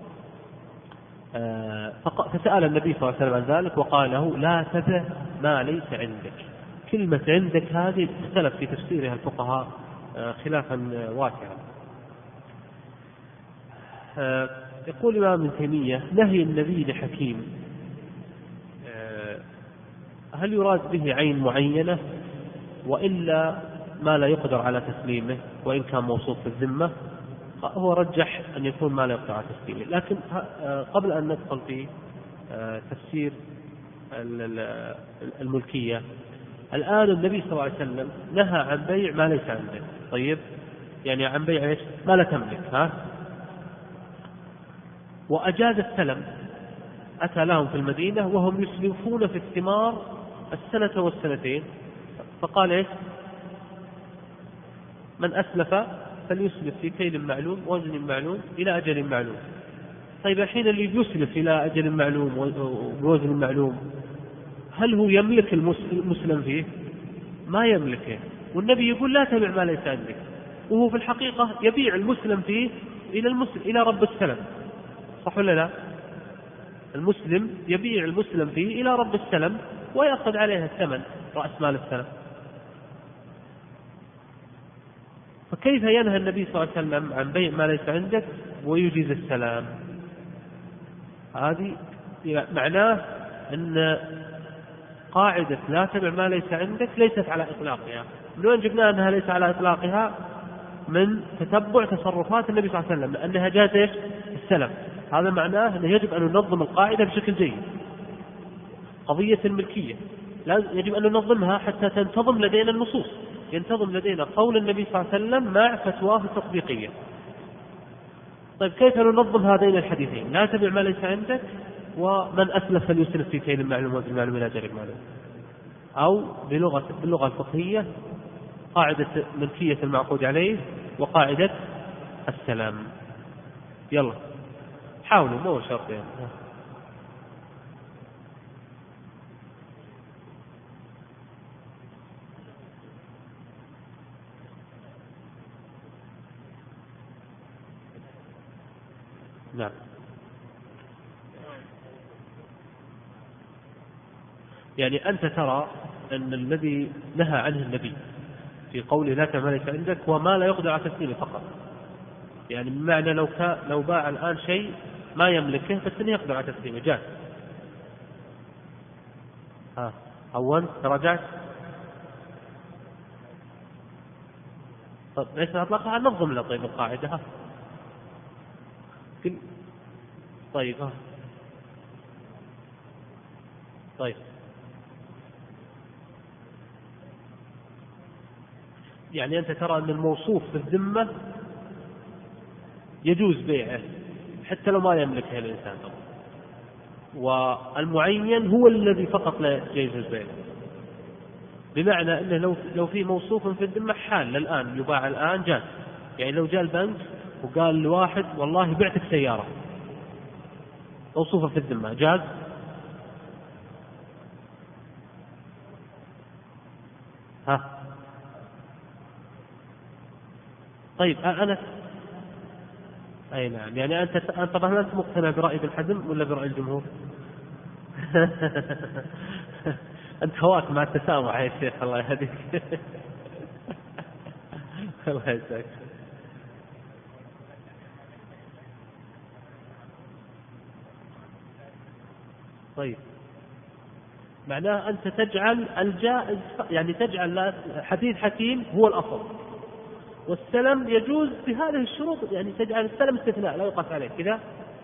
[SPEAKER 1] فسأل النبي صلى الله عليه وسلم عن ذلك وقال له: لا تبع ما ليس عندك. كلمة عندك هذه اختلف في تفسيرها الفقهاء خلافا واسعا. يقول الإمام ابن تيمية: نهي النبي لحكيم هل يراد به عين معينة وإلا ما لا يقدر على تسليمه وإن كان موصوف في الذمة؟ هو رجح أن يكون ما لا يقدر على تسليمه. لكن قبل أن ندخل في تفسير الملكية، الآن النبي صلى الله عليه وسلم نهى عن بيع ما ليس عنده. طيب يعني عن بيع إيش؟ ما لا تملك. وأجاز السلم، أتى لهم في المدينة وهم يسلفون في الثمار السنة والسنتين، فقال إيش؟ من أسلف فليسلف في كيل معلوم وزن معلوم إلى أجل معلوم. طيب الحين اللي يسلف إلى أجل معلوم ووزن معلوم، هل هو يملك المسلم فيه؟ ما يملكه، والنبي يقول لا تبع ما ليس عندك، وهو في الحقيقة يبيع المسلم فيه إلى رب السلم، صح ولا لا؟ المسلم يبيع المسلم فيه إلى رب السلم ويأخذ عليها الثمن، رأس مال السلم. فكيف ينهى النبي صلى الله عليه وسلم عن بيع ما ليس عندك ويجيز السلام؟ هذه معناه أن قاعدة لا تبع ما ليس عندك ليست على إطلاقها. من وين جبناها أنها ليس على إطلاقها؟ من تتبع تصرفات النبي صلى الله عليه وسلم، لأنها جاءت السلم. هذا معناه أنه يجب أن ننظم القاعدة بشكل جيد. قضية الملكية يجب أن ننظمها حتى تنتظم لدينا النصوص، ينتظم لدينا قول النبي صلى الله عليه وسلم مع فتواه التطبيقية. طيب كيف ننظم هذين الحديثين؟ لا تبع ما ليس عندك، ومن أسلف فليسلف في كيل معلوم وزن معلوم إلى أجل معلوم. أو باللغة الفقهية قاعدة ملكية المعقود عليه وقاعدة السلام. يلا حاولوا، مو شرط يعني. نعم. يعني أنت ترى أن الذي نهى عنه النبي في قوله لا تبع ما ليس عندك وما لا يقدر على تسليمه فقط، يعني بمعنى لو باع الآن شيء ما يملكه بس إنه يقدر على تسليمه جاء. أول تراجعت. طيب ليس أطلقها، نظم له طيب القاعدة. طيب طيب يعني أنت ترى أن الموصوف في الذمة يجوز بيعه حتى لو ما يملكه الإنسان، والمعين هو الذي فقط لا يجوز بيعه، بمعنى أنه لو في موصوف في الذمة حال الآن يباع الآن جاز. يعني لو جاء البنك وقال لواحد والله بعتك سيارة موصوفة في الذمة جاز؟ طيب أنا أي نعم. يعني أنت طبعا أنت مقتنع برأي ابن حزم ولا برأي الجمهور؟ أنت هواك مع التسامح يا شيخ، الله يهديك. الله يجزاك. طيب معناه أنت تجعل الجائز، يعني تجعل حديث حكيم هو الأصل، والسلم يجوز بهذه الشروط، يعني تجعل السلم استثناء لا يقاس عليه كذا.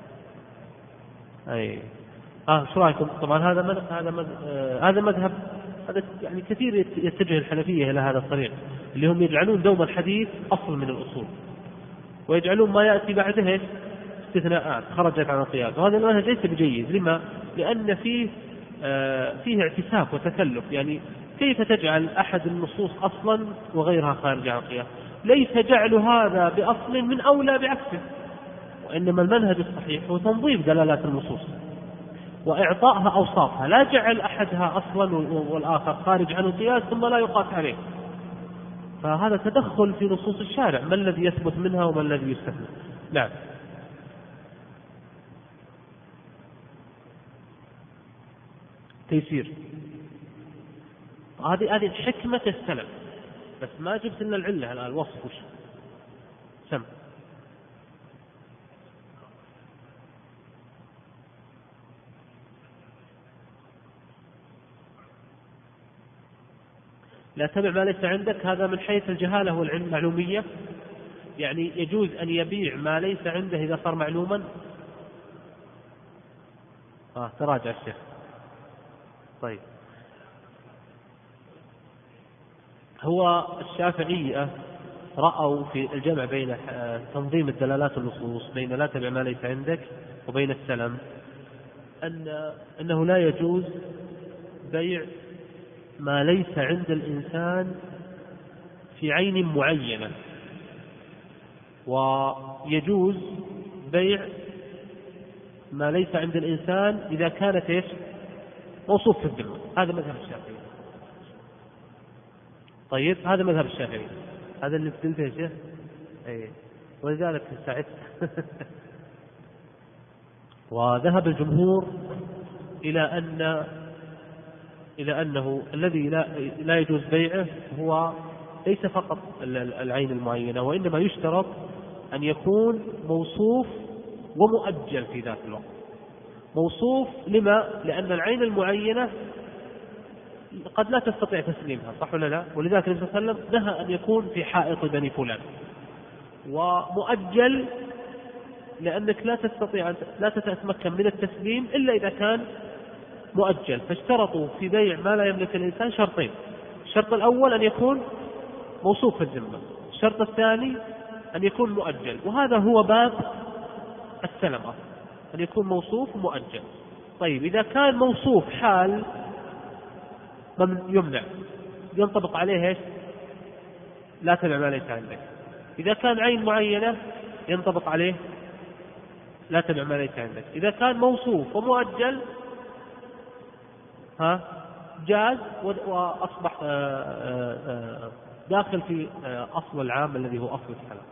[SPEAKER 1] أي شو رأيكم؟ طبعا هذا مذهب، هذا يعني كثير يتجه الحنفية إلى هذا الطريق، اللي هم يجعلون دوم الحديث أصل من الأصول ويجعلون ما يأتي بعده استثناءات خرجت عن القياس، وهذا المنهج ليس بجيد. لما؟ لأن فيه اعتساف وتكلف. يعني كيف تجعل أحد النصوص أصلا وغيرها خارج عن القياس؟ ليس جعل هذا بأصل من أولى بعكسه، وإنما المنهج الصحيح هو تنظيف دلالات النصوص وإعطائها أوصافها، لا جعل أحدها أصلا والآخر خارج عن القياس ثم لا يقاس عليه. فهذا تدخل في نصوص الشارع، ما الذي يثبت منها وما الذي يستثنى. نعم. تيسير، هذه حكمة السلف، بس ما جبت لنا العلة الآن، الوصف وش سم. لا تبع ما ليس عندك، هذا من حيث الجهالة والعلم معلومية، يعني يجوز أن يبيع ما ليس عنده إذا صار معلوما. تراجع الشيخ. طيب هو الشافعية رأوا في الجمع بين تنظيم الدلالات والنصوص بين لا تبع ما ليس عندك وبين السلم أنه لا يجوز بيع ما ليس عند الإنسان في عين معينة، ويجوز بيع ما ليس عند الإنسان إذا كانت موصوف في الذمة. هذا مذهب الشافعي. طيب هذا مذهب الشافعي، هذا اللي بدلته يا شيخ. أي ولذلك ساعدت. وذهب الجمهور إلى أنه الذي لا يجوز بيعه هو ليس فقط العين المعينة، وإنما يشترط أن يكون موصوف ومؤجل في ذات الوقت. موصوف لما؟ لأن العين المعينة قد لا تستطيع تسليمها، صح ولا لا؟ ولذلك النبي صلى الله عليه وسلم نهى أن يكون في حائط بني فلان. ومؤجل لأنك لا تتمكن من التسليم إلا إذا كان مؤجل. فاشترطوا في بيع ما لا يملك الإنسان شرطين: الشرط الأول أن يكون موصوف في الذمة، الشرط الثاني أن يكون مؤجل. وهذا هو باب السلم، أن يكون موصوف ومؤجل. طيب إذا كان موصوف حال يمنع، ينطبق عليه ايش؟ لا تبع ما ليس عندك. إذا كان عين معينة ينطبق عليه لا تبع ما ليس عندك. إذا كان موصوف ومؤجل جاز، وأصبح داخل في أصل العام الذي هو أصل السلام.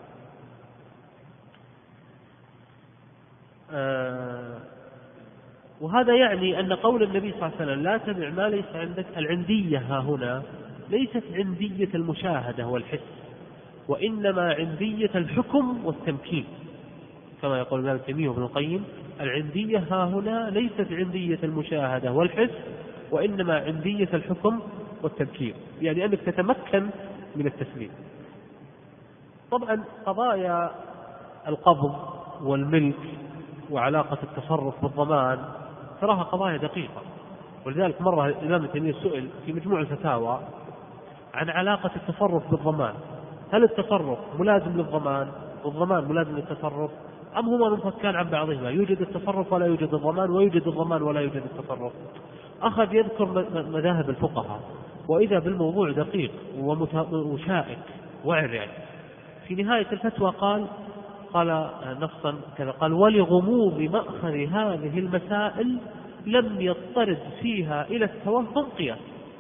[SPEAKER 1] وهذا يعني أن قول النبي صلى الله عليه وسلم لا تبع ما ليس عندك، العندية ها هنا ليست عندية المشاهدة والحس، وإنما عندية الحكم والتمكين، كما يقول ابن تيمية وابن القيم: العندية ها هنا ليست عندية المشاهدة والحس، وإنما عندية الحكم والتمكين، يعني أنك تتمكن من التسليم. طبعا قضايا القبض والملك وعلاقة التصرف بالضمان تراها قضايا دقيقة، ولذلك مرة الإمام ابن تيمية سئل في مجموع الفتاوى عن علاقة التصرف بالضمان: هل التصرف ملازم للضمان والضمان ملازم للتصرف، أم هما منفكان عن بعضهما، يوجد التصرف ولا يوجد الضمان، ويوجد الضمان ولا يوجد التصرف؟ أخذ يذكر مذاهب الفقهاء، وإذا بالموضوع دقيق وشائك وعر. يعني في نهاية الفتوى قال نصا كذا، قال: ولغموض مأخذ هذه المسائل لم يضطرد فيها إلى التوهم قياس،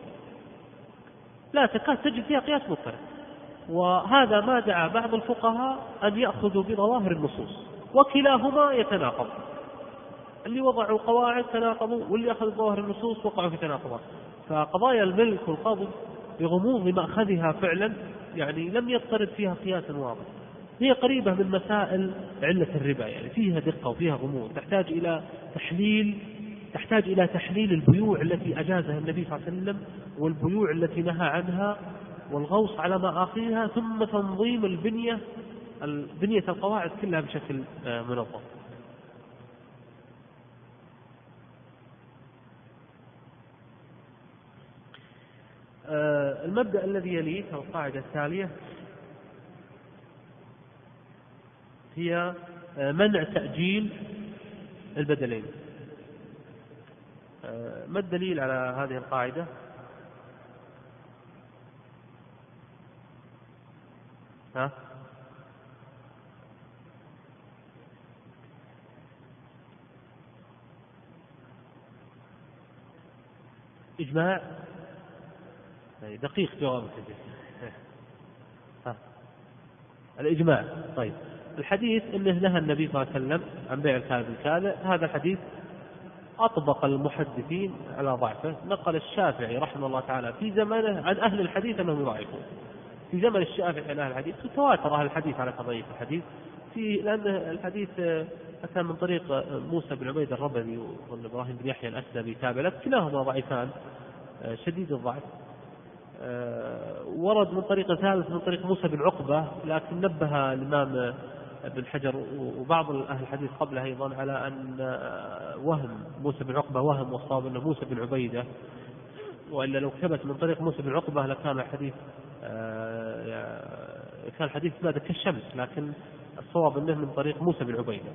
[SPEAKER 1] لا تكاد تجد فيها قياس مضطرد. وهذا ما دعا بعض الفقهاء أن يأخذوا بظواهر النصوص، وكلاهما يتناقض. اللي وضعوا قواعد تناقضوا، واللي أخذوا ظواهر النصوص وقعوا في تناقضات. فقضايا الملك والقبض بغموض مأخذها فعلا يعني لم يضطرد فيها قياس واضح. هي قريبة من مسائل علة الربا، يعني فيها دقة وفيها غموض، تحتاج إلى تحليل البيوع التي أجازها النبي صلى الله عليه وسلم والبيوع التي نهى عنها، والغوص على مآخذها، ثم تنظيم البنية القواعد كلها بشكل منظم. المبدأ الذي يليه أو القاعدة التالية هي منع تأجيل البدلين. ما الدليل على هذه القاعدة؟ إجماع. دقيق جوابك. الإجماع. طيب الحديث إنه نهى النبي صلى الله عليه وسلم عن بيع الكاذب بالكاذب، هذا الحديث أطبق المحدثين على ضعفه. نقل الشافعي رحمه الله تعالى في زمانه عن أهل الحديث أنهم يضعفون. في زمن الشافعي عن أهل الحديث وتواتر أهل الحديث على تضعيف الحديث، لأن الحديث أتى من طريق موسى بن عبيد الربذي وإبراهيم بن يحيى الأسلمي تابع، كلاهما ضعيفان شديد الضعف. ورد من طريق ثالث من طريق موسى بن عقبة، لكن نبه الإمام ابن حجر وبعض أهل الحديث قبله أيضا على أن وهم موسى بن عقبة وهم، والصواب أنه موسى بن عبيدة، وإلا لو ثبت من طريق موسى بن عقبة لكان الحديث كان الحديث ماذا كالشمس، لكن الصواب أنه من طريق موسى بن عبيدة.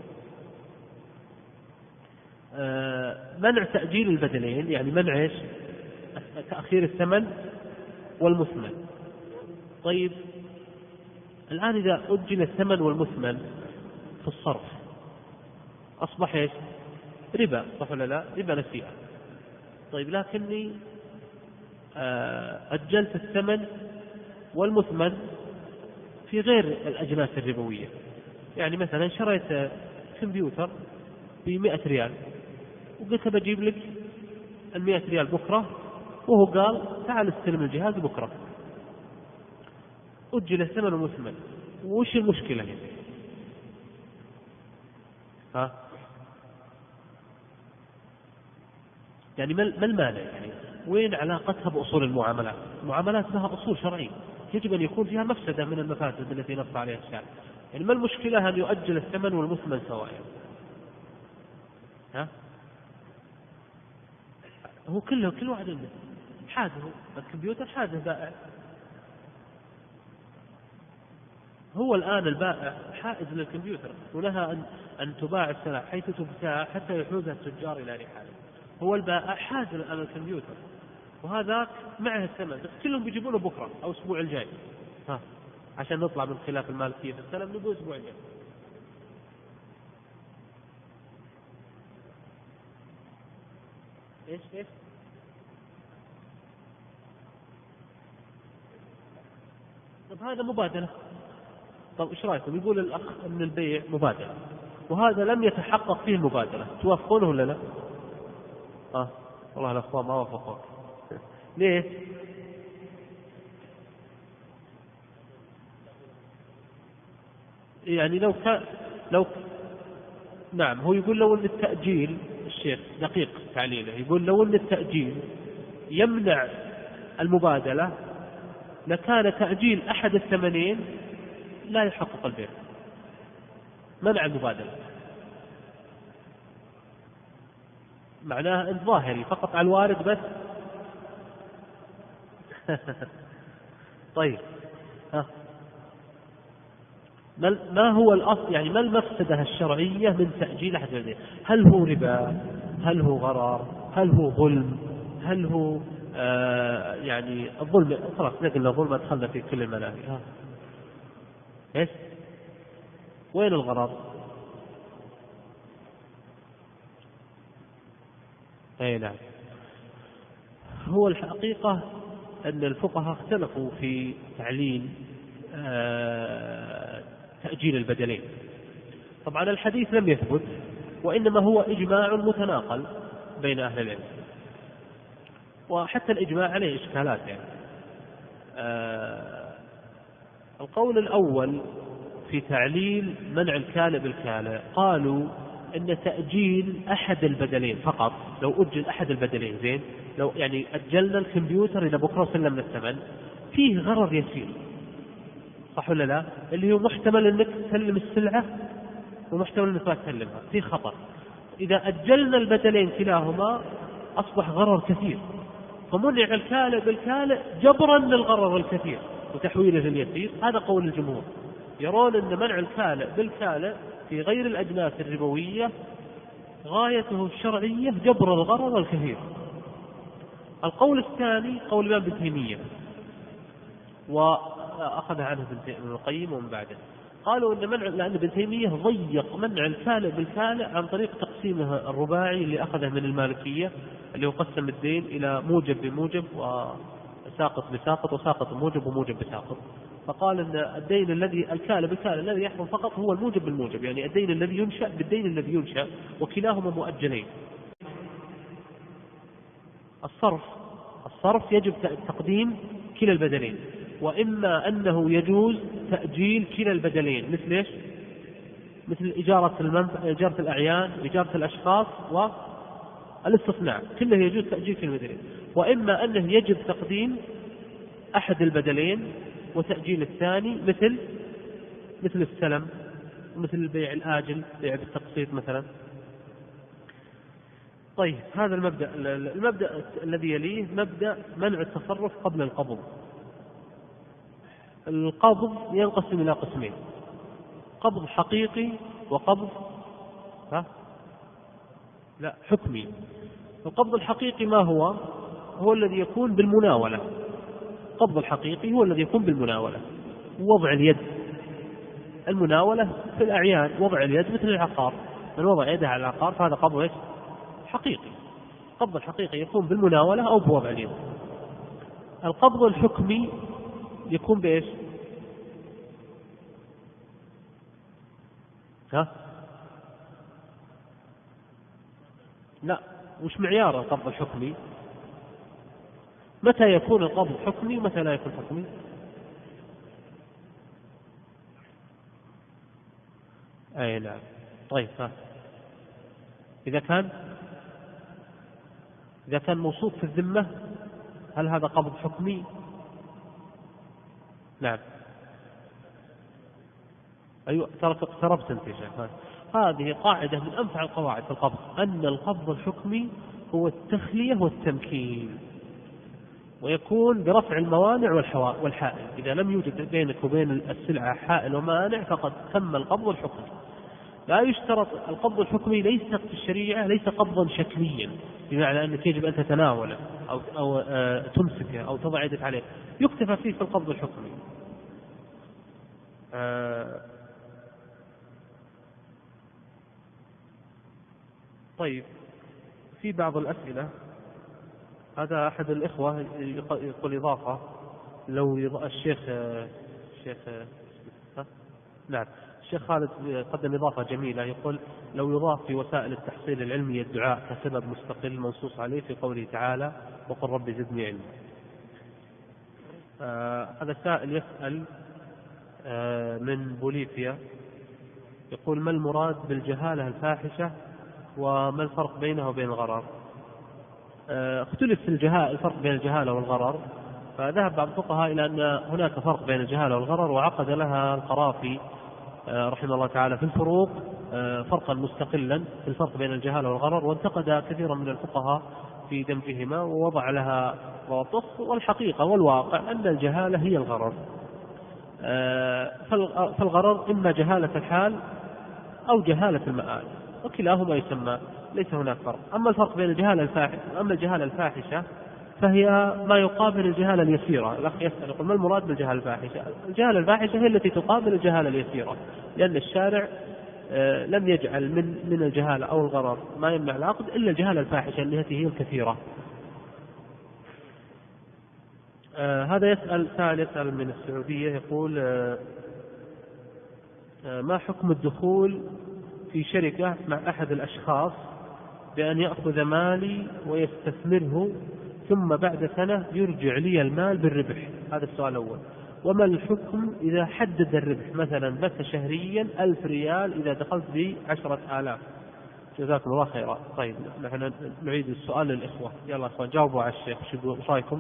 [SPEAKER 1] منع تأجيل البدلين، يعني منع إيش؟ تأخير الثمن والمثمن. طيب الآن إذا أجل الثمن والمثمن في الصرف أصبح إيش؟ ربا، صح ولا لا؟ ربا نسيئة. طيب لكني أجلت الثمن والمثمن في غير الأجناس الربوية، يعني مثلا شريت كمبيوتر ب100 ريال وقلت بجيب لك 100 ريال بكرة، وهو قال تعال استلم الجهاز بكرة. أجل الثمن والمثمن، وش المشكلة هنا؟ يعني ما المانع؟ يعني وين علاقتها بأصول المعاملات؟ المعاملات لها أصول شرعية يجب أن يكون فيها مفسدة من المفاسد التي نص عليها الشارع. يعني ما المشكلة أن يؤجل الثمن والمثمن سواء؟ هو كل واحد منه حاجه، الكمبيوتر حاجه بائع. هو الآن البائع حائز للكمبيوتر، ولها أن تباع السلع حيث تبتاع حتى يحوزها التجار إلى رحاله. هو البائع حاز على الكمبيوتر، وهذاك معه الثمن، بس كلهم بيجيبونه بكرة أو الأسبوع الجاي. عشان نطلع من خلاف المالكية في السلم نبغى الأسبوع الجاي. إيش؟ طب هذا مبادلة. طب إيش رأيكم؟ يقول الأخ أن البيع مبادلة، وهذا لم يتحقق فيه المبادلة، توافقونه ولا لا؟ والله الأخوة ما وافقوا. ليه؟ يعني نعم، هو يقول لو أن التأجيل، الشيخ دقيق تعليله، يقول لو أن التأجيل يمنع المبادلة لكان تأجيل أحد الثمنين لا يحقق البيع، منع المبادلة. معناها أنت ظاهري فقط على الوارد بس. طيب ما هو الأصل؟ يعني ما المفسدة الشرعية من تأجيل أحد الثمنين؟ هل هو ربا؟ هل هو غرر؟ هل هو ظلم؟ هل هو يعني الظلم؟ خلاص نقلنا الظلم، أدخلنا في كل المناهي. إيش؟ وين الغرض؟ أي نعم. هو الحقيقة أن الفقهاء اختلفوا في تعليل تأجيل البدلين. طبعا الحديث لم يثبت، وإنما هو إجماع متناقل بين أهل العلم، وحتى الإجماع عليه إشكالات. يعني القول الأول في تعليل منع الكالئ بالكالئ، قالوا أن تأجيل أحد البدلين فقط، لو أجل أحد البدلين زين، لو يعني أجلنا الكمبيوتر إلى بكرة وسلمنا الثمن، فيه غرر يسير، صح ولا لا؟ اللي هو محتمل أنك تسلم السلعة ومحتمل أنك ما تسلمها، فيه خطر. إذا أجلنا البدلين كلاهما أصبح غرر كثير، فمنع الكالئ بالكالئ جبرا للغرر الكثير وتحويله لليسير. هذا قول الجمهور، يرون أن منع الكالئ بالكالئ في غير الأجناس الربوية غايته الشرعية جبر الغرر الكثير. القول الثاني قول الإمام ابن تيمية، وأخذ عنه ابن القيم ومن بعده، قالوا أن لأن ابن تيمية ضيق منع الكالئ بالكالئ عن طريق تقسيمه الرباعي اللي أخذه من المالكية، اللي هو قسم الدين إلى موجب بموجب وساقط بساقط وساقط بموجب وموجب بساقط. فقال أن الدين الذي الكالئ بالكالئ الذي يحرم فقط هو الموجب بالموجب، يعني الدين الذي ينشأ بالدين الذي ينشأ، وكلاهما مؤجلين. الصرف يجب تقديم كلا البدلين، وإما أنه يجوز تأجيل كلا البدلين، مثل إيش؟ مثل إجارة الأعيان، إجارة الأشخاص، والاستصناع، كله يجوز تأجيل كلا البدلين. وإما أنه يجب تقديم أحد البدلين وتأجيل الثاني، مثل السلم، مثل البيع الآجل، بيع بالتقسيط مثلا. طيب هذا المبدأ الذي يليه مبدأ منع التصرف قبل القبض. القبض ينقسم إلى قسمين: قبض حقيقي وقبض حكمي. القبض الحقيقي ما هو؟ هو الذي يكون بالمناولة. القبض الحقيقي هو الذي يكون بالمناولة، وضع اليد. المناولة في الأعيان، وضع اليد مثل العقار، من وضع يده على العقار فهذا قبض حقيقي. القبض الحقيقي يكون بالمناولة أو بوضع اليد. القبض الحكمي يكون بإيش؟ لا، وش معيار القبض الحكمي؟ متى يكون القبض حكمي ومتى لا يكون حكمي؟ أي نعم. طيب، إذا كان موصوف في الذمة هل هذا قبض حكمي؟ نعم. أيوة، ترى اقتربت أنت يا شيخ. هذه قاعدة من أنفع القواعد في القبض، أن القبض الحكمي هو التخلية والتمكين، ويكون برفع الموانع والحائل. إذا لم يوجد بينك وبين السلعة حائل ومانع فقد تم القبض الحكمي. لا يشترط القبض الحكمي، ليس في الشريعة ليس قبضا شكليا، بمعنى أنك يجب أن تتناوله أو تمسكه أو تضع يدك عليه، يكتفى فيه في القبض الحكمي. طيب، في بعض الأسئلة، هذا أحد الإخوة يقول إضافة، لو الشيخ نعم، الشيخ خالد قدم إضافة جميلة، يقول: لو يضاف في وسائل التحصيل العلمي الدعاء كسبب مستقل منصوص عليه في قوله تعالى: وقل رب زدني علما. هذا السائل يسأل من بوليفيا، يقول: ما المراد بالجهالة الفاحشة وما الفرق بينها وبين الغرر؟ اختلف في الفرق بين الجهالة والغرر، فذهب بعض الفقهاء إلى أن هناك فرق بين الجهالة والغرر، وعقد لها القرافي رحمه الله تعالى في الفروق فرقا مستقلا في الفرق بين الجهالة والغرر، وانتقد كثيرا من الفقهاء في دمجهما ووضع لها ضوابط. والحقيقة والواقع أن الجهالة هي الغرر، فالغرر إما جهالة الحال أو جهالة المآل، وكلاهما يسمى، ليس هناك فرق. أما الفرق بين الجهالة الفاحشة فهي ما يقابل الجهالة اليسيرة. الأخ يسأل يقول: ما المراد بالجهالة الفاحشة؟ الجهالة الفاحشة هي التي تقابل الجهالة اليسيرة، لأن الشارع لم يجعل من الجهالة أو الغرر ما يمنع العقد إلا الجهالة الفاحشة التي هي الكثيرة. هذا يسأل من السعودية، يقول: ما حكم الدخول في شركة مع أحد الأشخاص بأن يأخذ مالي ويستثمره ثم بعد سنة يرجع لي المال بالربح؟ هذا السؤال الأول. وما الحكم إذا حدد الربح، مثلا بث شهريا 1000 ريال إذا دخلت ب10,000؟ جزاكم الله خيرا. طيب، نحن نعيد السؤال للإخوة. يلا إخوان جاوبوا على الشيخ، شو رأيكم؟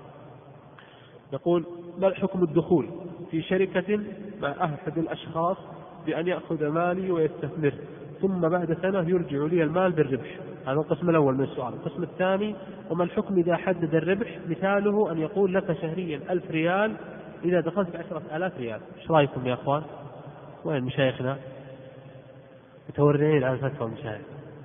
[SPEAKER 1] يقول: ما الحكم الدخول في شركة مع أحد الأشخاص بأن يأخذ مالي ويستثمر ثم بعد سنة يرجع لي المال بالربح؟ هذا القسم الأول من السؤال. القسم الثاني: وما الحكم إذا حدد الربح، مثاله أن يقول لك شهريا 1000 ريال إذا دخلت ب10,000 ريال؟ ايش رأيكم يا أخوان؟ وين مشايخنا؟ متورعين على الفتوى مشايخ.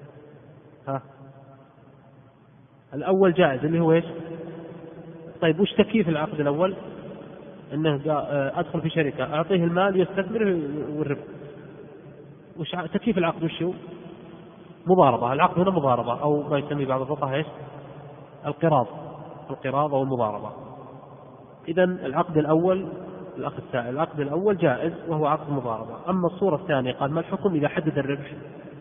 [SPEAKER 1] الأول جائز، اللي هو إيش؟ طيب، وش تكييف العقد الأول؟ أنه أدخل في شركة أعطيه المال يستثمر والربح. وش تكييف العقد؟ وش هو؟ مضاربة. العقد هنا مضاربة، أو ما يسمي بعض الفقهاء إيش؟ القراض أو المضاربة. إذن العقد الأول، الأخ السائل، العقد الأول جائز وهو عقد مضاربة. أما الصورة الثانية قال: ما الحكم إذا حدد الربح؟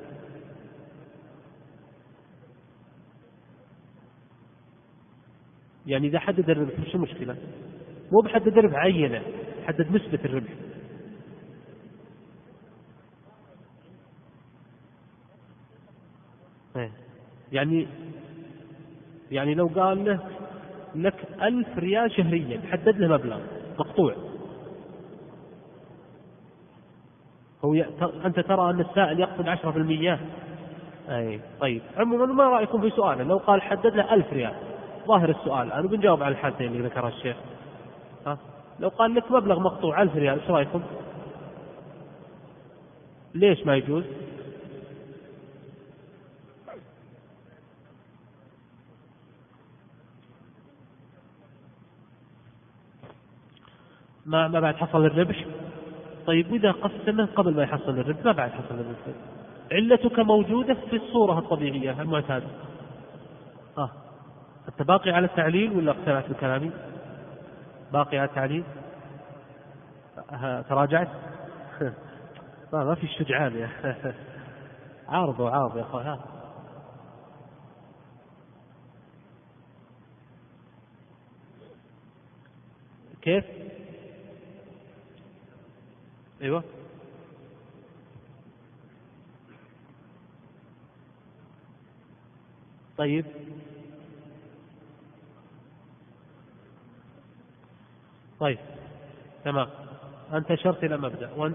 [SPEAKER 1] يعني إذا حدد الربح وش المشكلة؟ مو بحدد الربح عينة، حدد نسبة الربح. يعني لو قال لك 1000 ريال شهريا، حدد له مبلغ مقطوع. أنت ترى أن السائل يقصد 10%. طيب، عموما ما رأيكم في سؤاله؟ لو قال حدد له 1000 ريال، ظاهر السؤال أنا بنجاوب على الحالتين اللي ذكرها الشيخ. لو قال لك مبلغ مقطوع 1000 ريال ايش رايكم؟ ليش ما يجوز؟ ما بعد حصل الربح. طيب إذا قسمه قبل ما يحصل الربح ما بعد حصل الربح، علتك موجودة في الصورة الطبيعية المعتادة. أنت باقي على التعليل ولا اقتنعت بكلامي؟ باقي على التعليل؟ تراجعت؟ ما في الشجعان يا عارض يا أخوان. كيف؟ أيوة. طيب تمام. أنت أشرت إلى مبدأ، وأنت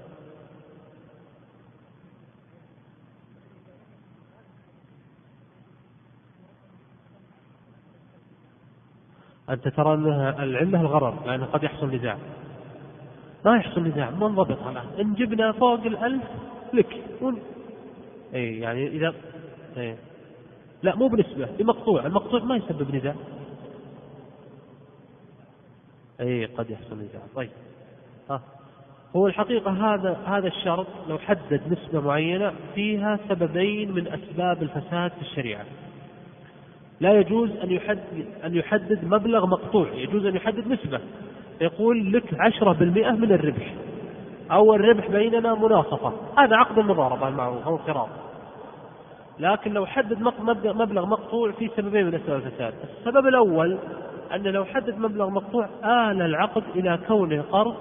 [SPEAKER 1] ترى أن العلة الغرر، لأنه قد يحصل نزاع. ما يحصل نزاع، منضبط على إن جبنا فوق 1000 لك أي يعني إذا لا مو بنسبة بمقطوع، المقطوع ما يسبب نزاع. أي قد يحصل نزاع. طيب هو الحقيقة هذا الشرط لو حدد نسبة معينة فيها سببين من أسباب الفساد في الشريعة. لا يجوز أن يحدد مبلغ مقطوع، يجوز أن يحدد نسبة، يقول لك 10% من الربح، أو الربح بيننا مناصفة، هذا عقد المضاربة المعروف أو القراض. لكن لو حدد مبلغ مقطوع في سببين من أسباب الفساد. السبب الأول أن لو حدد مبلغ مقطوع آل العقد إلى كونه قرض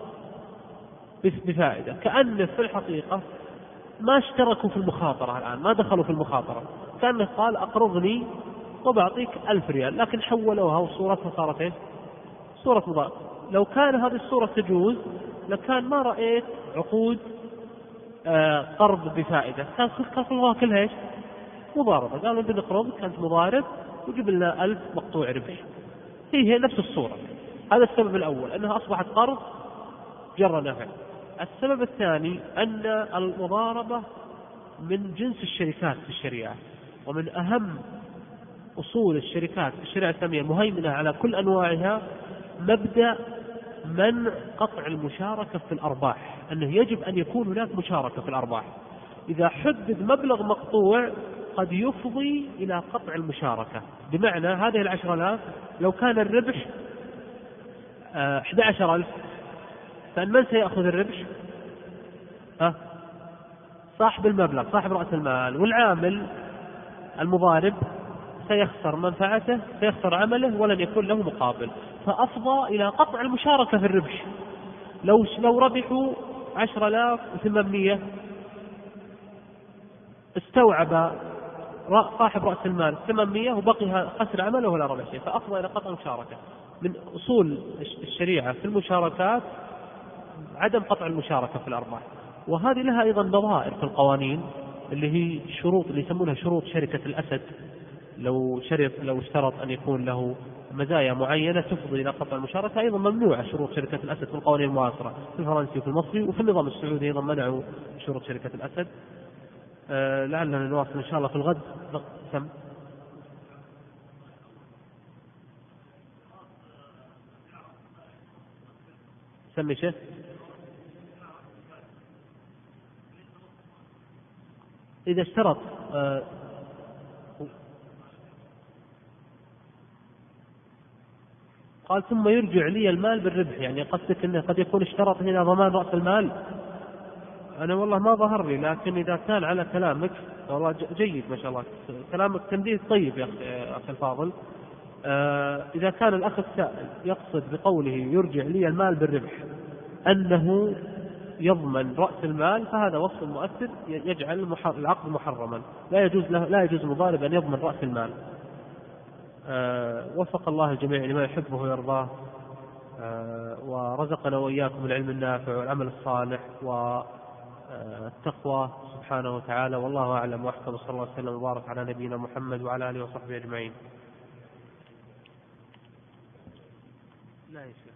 [SPEAKER 1] بفائدة، كأنه في الحقيقة ما اشتركوا في المخاطرة الآن، ما دخلوا في المخاطرة، كأنه قال أقرضني وبعطيك 1000 ريال، لكن حولوها وصورتها صارت ايش؟ صورة مضاربة. لو كان هذه الصورة تجوز لكان ما رأيت عقود قرض بفائدة، كان كلها ايش؟ مضاربة. قالوا بنقرض، كانت مضارب وجب لنا 1000 مقطوع ربح. هي نفس الصورة. هذا السبب الأول، أنها أصبحت قرض جر نفع. السبب الثاني أن المضاربة من جنس الشركات في الشريعة، ومن أهم أصول الشركات في الشريعة الإسلامية المهيمنة على كل أنواعها مبدأ منع قطع المشاركة في الأرباح، أنه يجب أن يكون هناك مشاركة في الأرباح. إذا حدد مبلغ مقطوع قد يفضي إلى قطع المشاركة، بمعنى هذه 10,000 لو كان الربح 11,000، فإن من سيأخذ الربح؟ صاحب المبلغ، صاحب رأس المال، والعامل المضارب سيخسر منفعته، سيخسر عمله، ولن يكون له مقابل، فأفضى إلى قطع المشاركة في الربح. لو ربحوا 10,800 استوعب صاحب رأس المال 800 وبقي خسر عمله ولا ربح شيء، فأفضى إلى قطع المشاركة. من أصول الشريعة في المشاركات عدم قطع المشاركة في الأرباح. وهذه لها أيضا نظائر في القوانين، اللي هي شروط اللي يسمونها شروط شركة الأسد. لو اشترط أن يكون له مزايا معينة تفضي إلى قطع المشاركة، أيضا ممنوعة شروط شركة الأسد في القوانين المعاصرة، في الفرنسي وفي المصري وفي النظام السعودي أيضا منعوا شروط شركة الأسد. لعلنا نواصل إن شاء الله في الغد. سمي شيء. إذا اشترط قال ثم يرجع لي المال بالربح، يعني قصدك أنه قد يكون اشترط هنا ضمان رأس المال. أنا والله ما ظهر لي، لكن إذا كان على كلامك والله جيد ما شاء الله، كلامك تنبيه طيب يا أخي الفاضل. إذا كان الأخ السائل يقصد بقوله يرجع لي المال بالربح أنه يضمن رأس المال، فهذا وصف مؤثر يجعل العقد محرما، لا يجوز المضارب أن يضمن رأس المال. وفق الله الجميع لما يحبه ويرضاه، ورزقنا وإياكم العلم النافع والعمل الصالح والتقوى سبحانه وتعالى. والله أعلم وأحكم، صلى الله عليه وسلم وبارك على نبينا محمد وعلى آله وصحبه أجمعين. لا يشكر.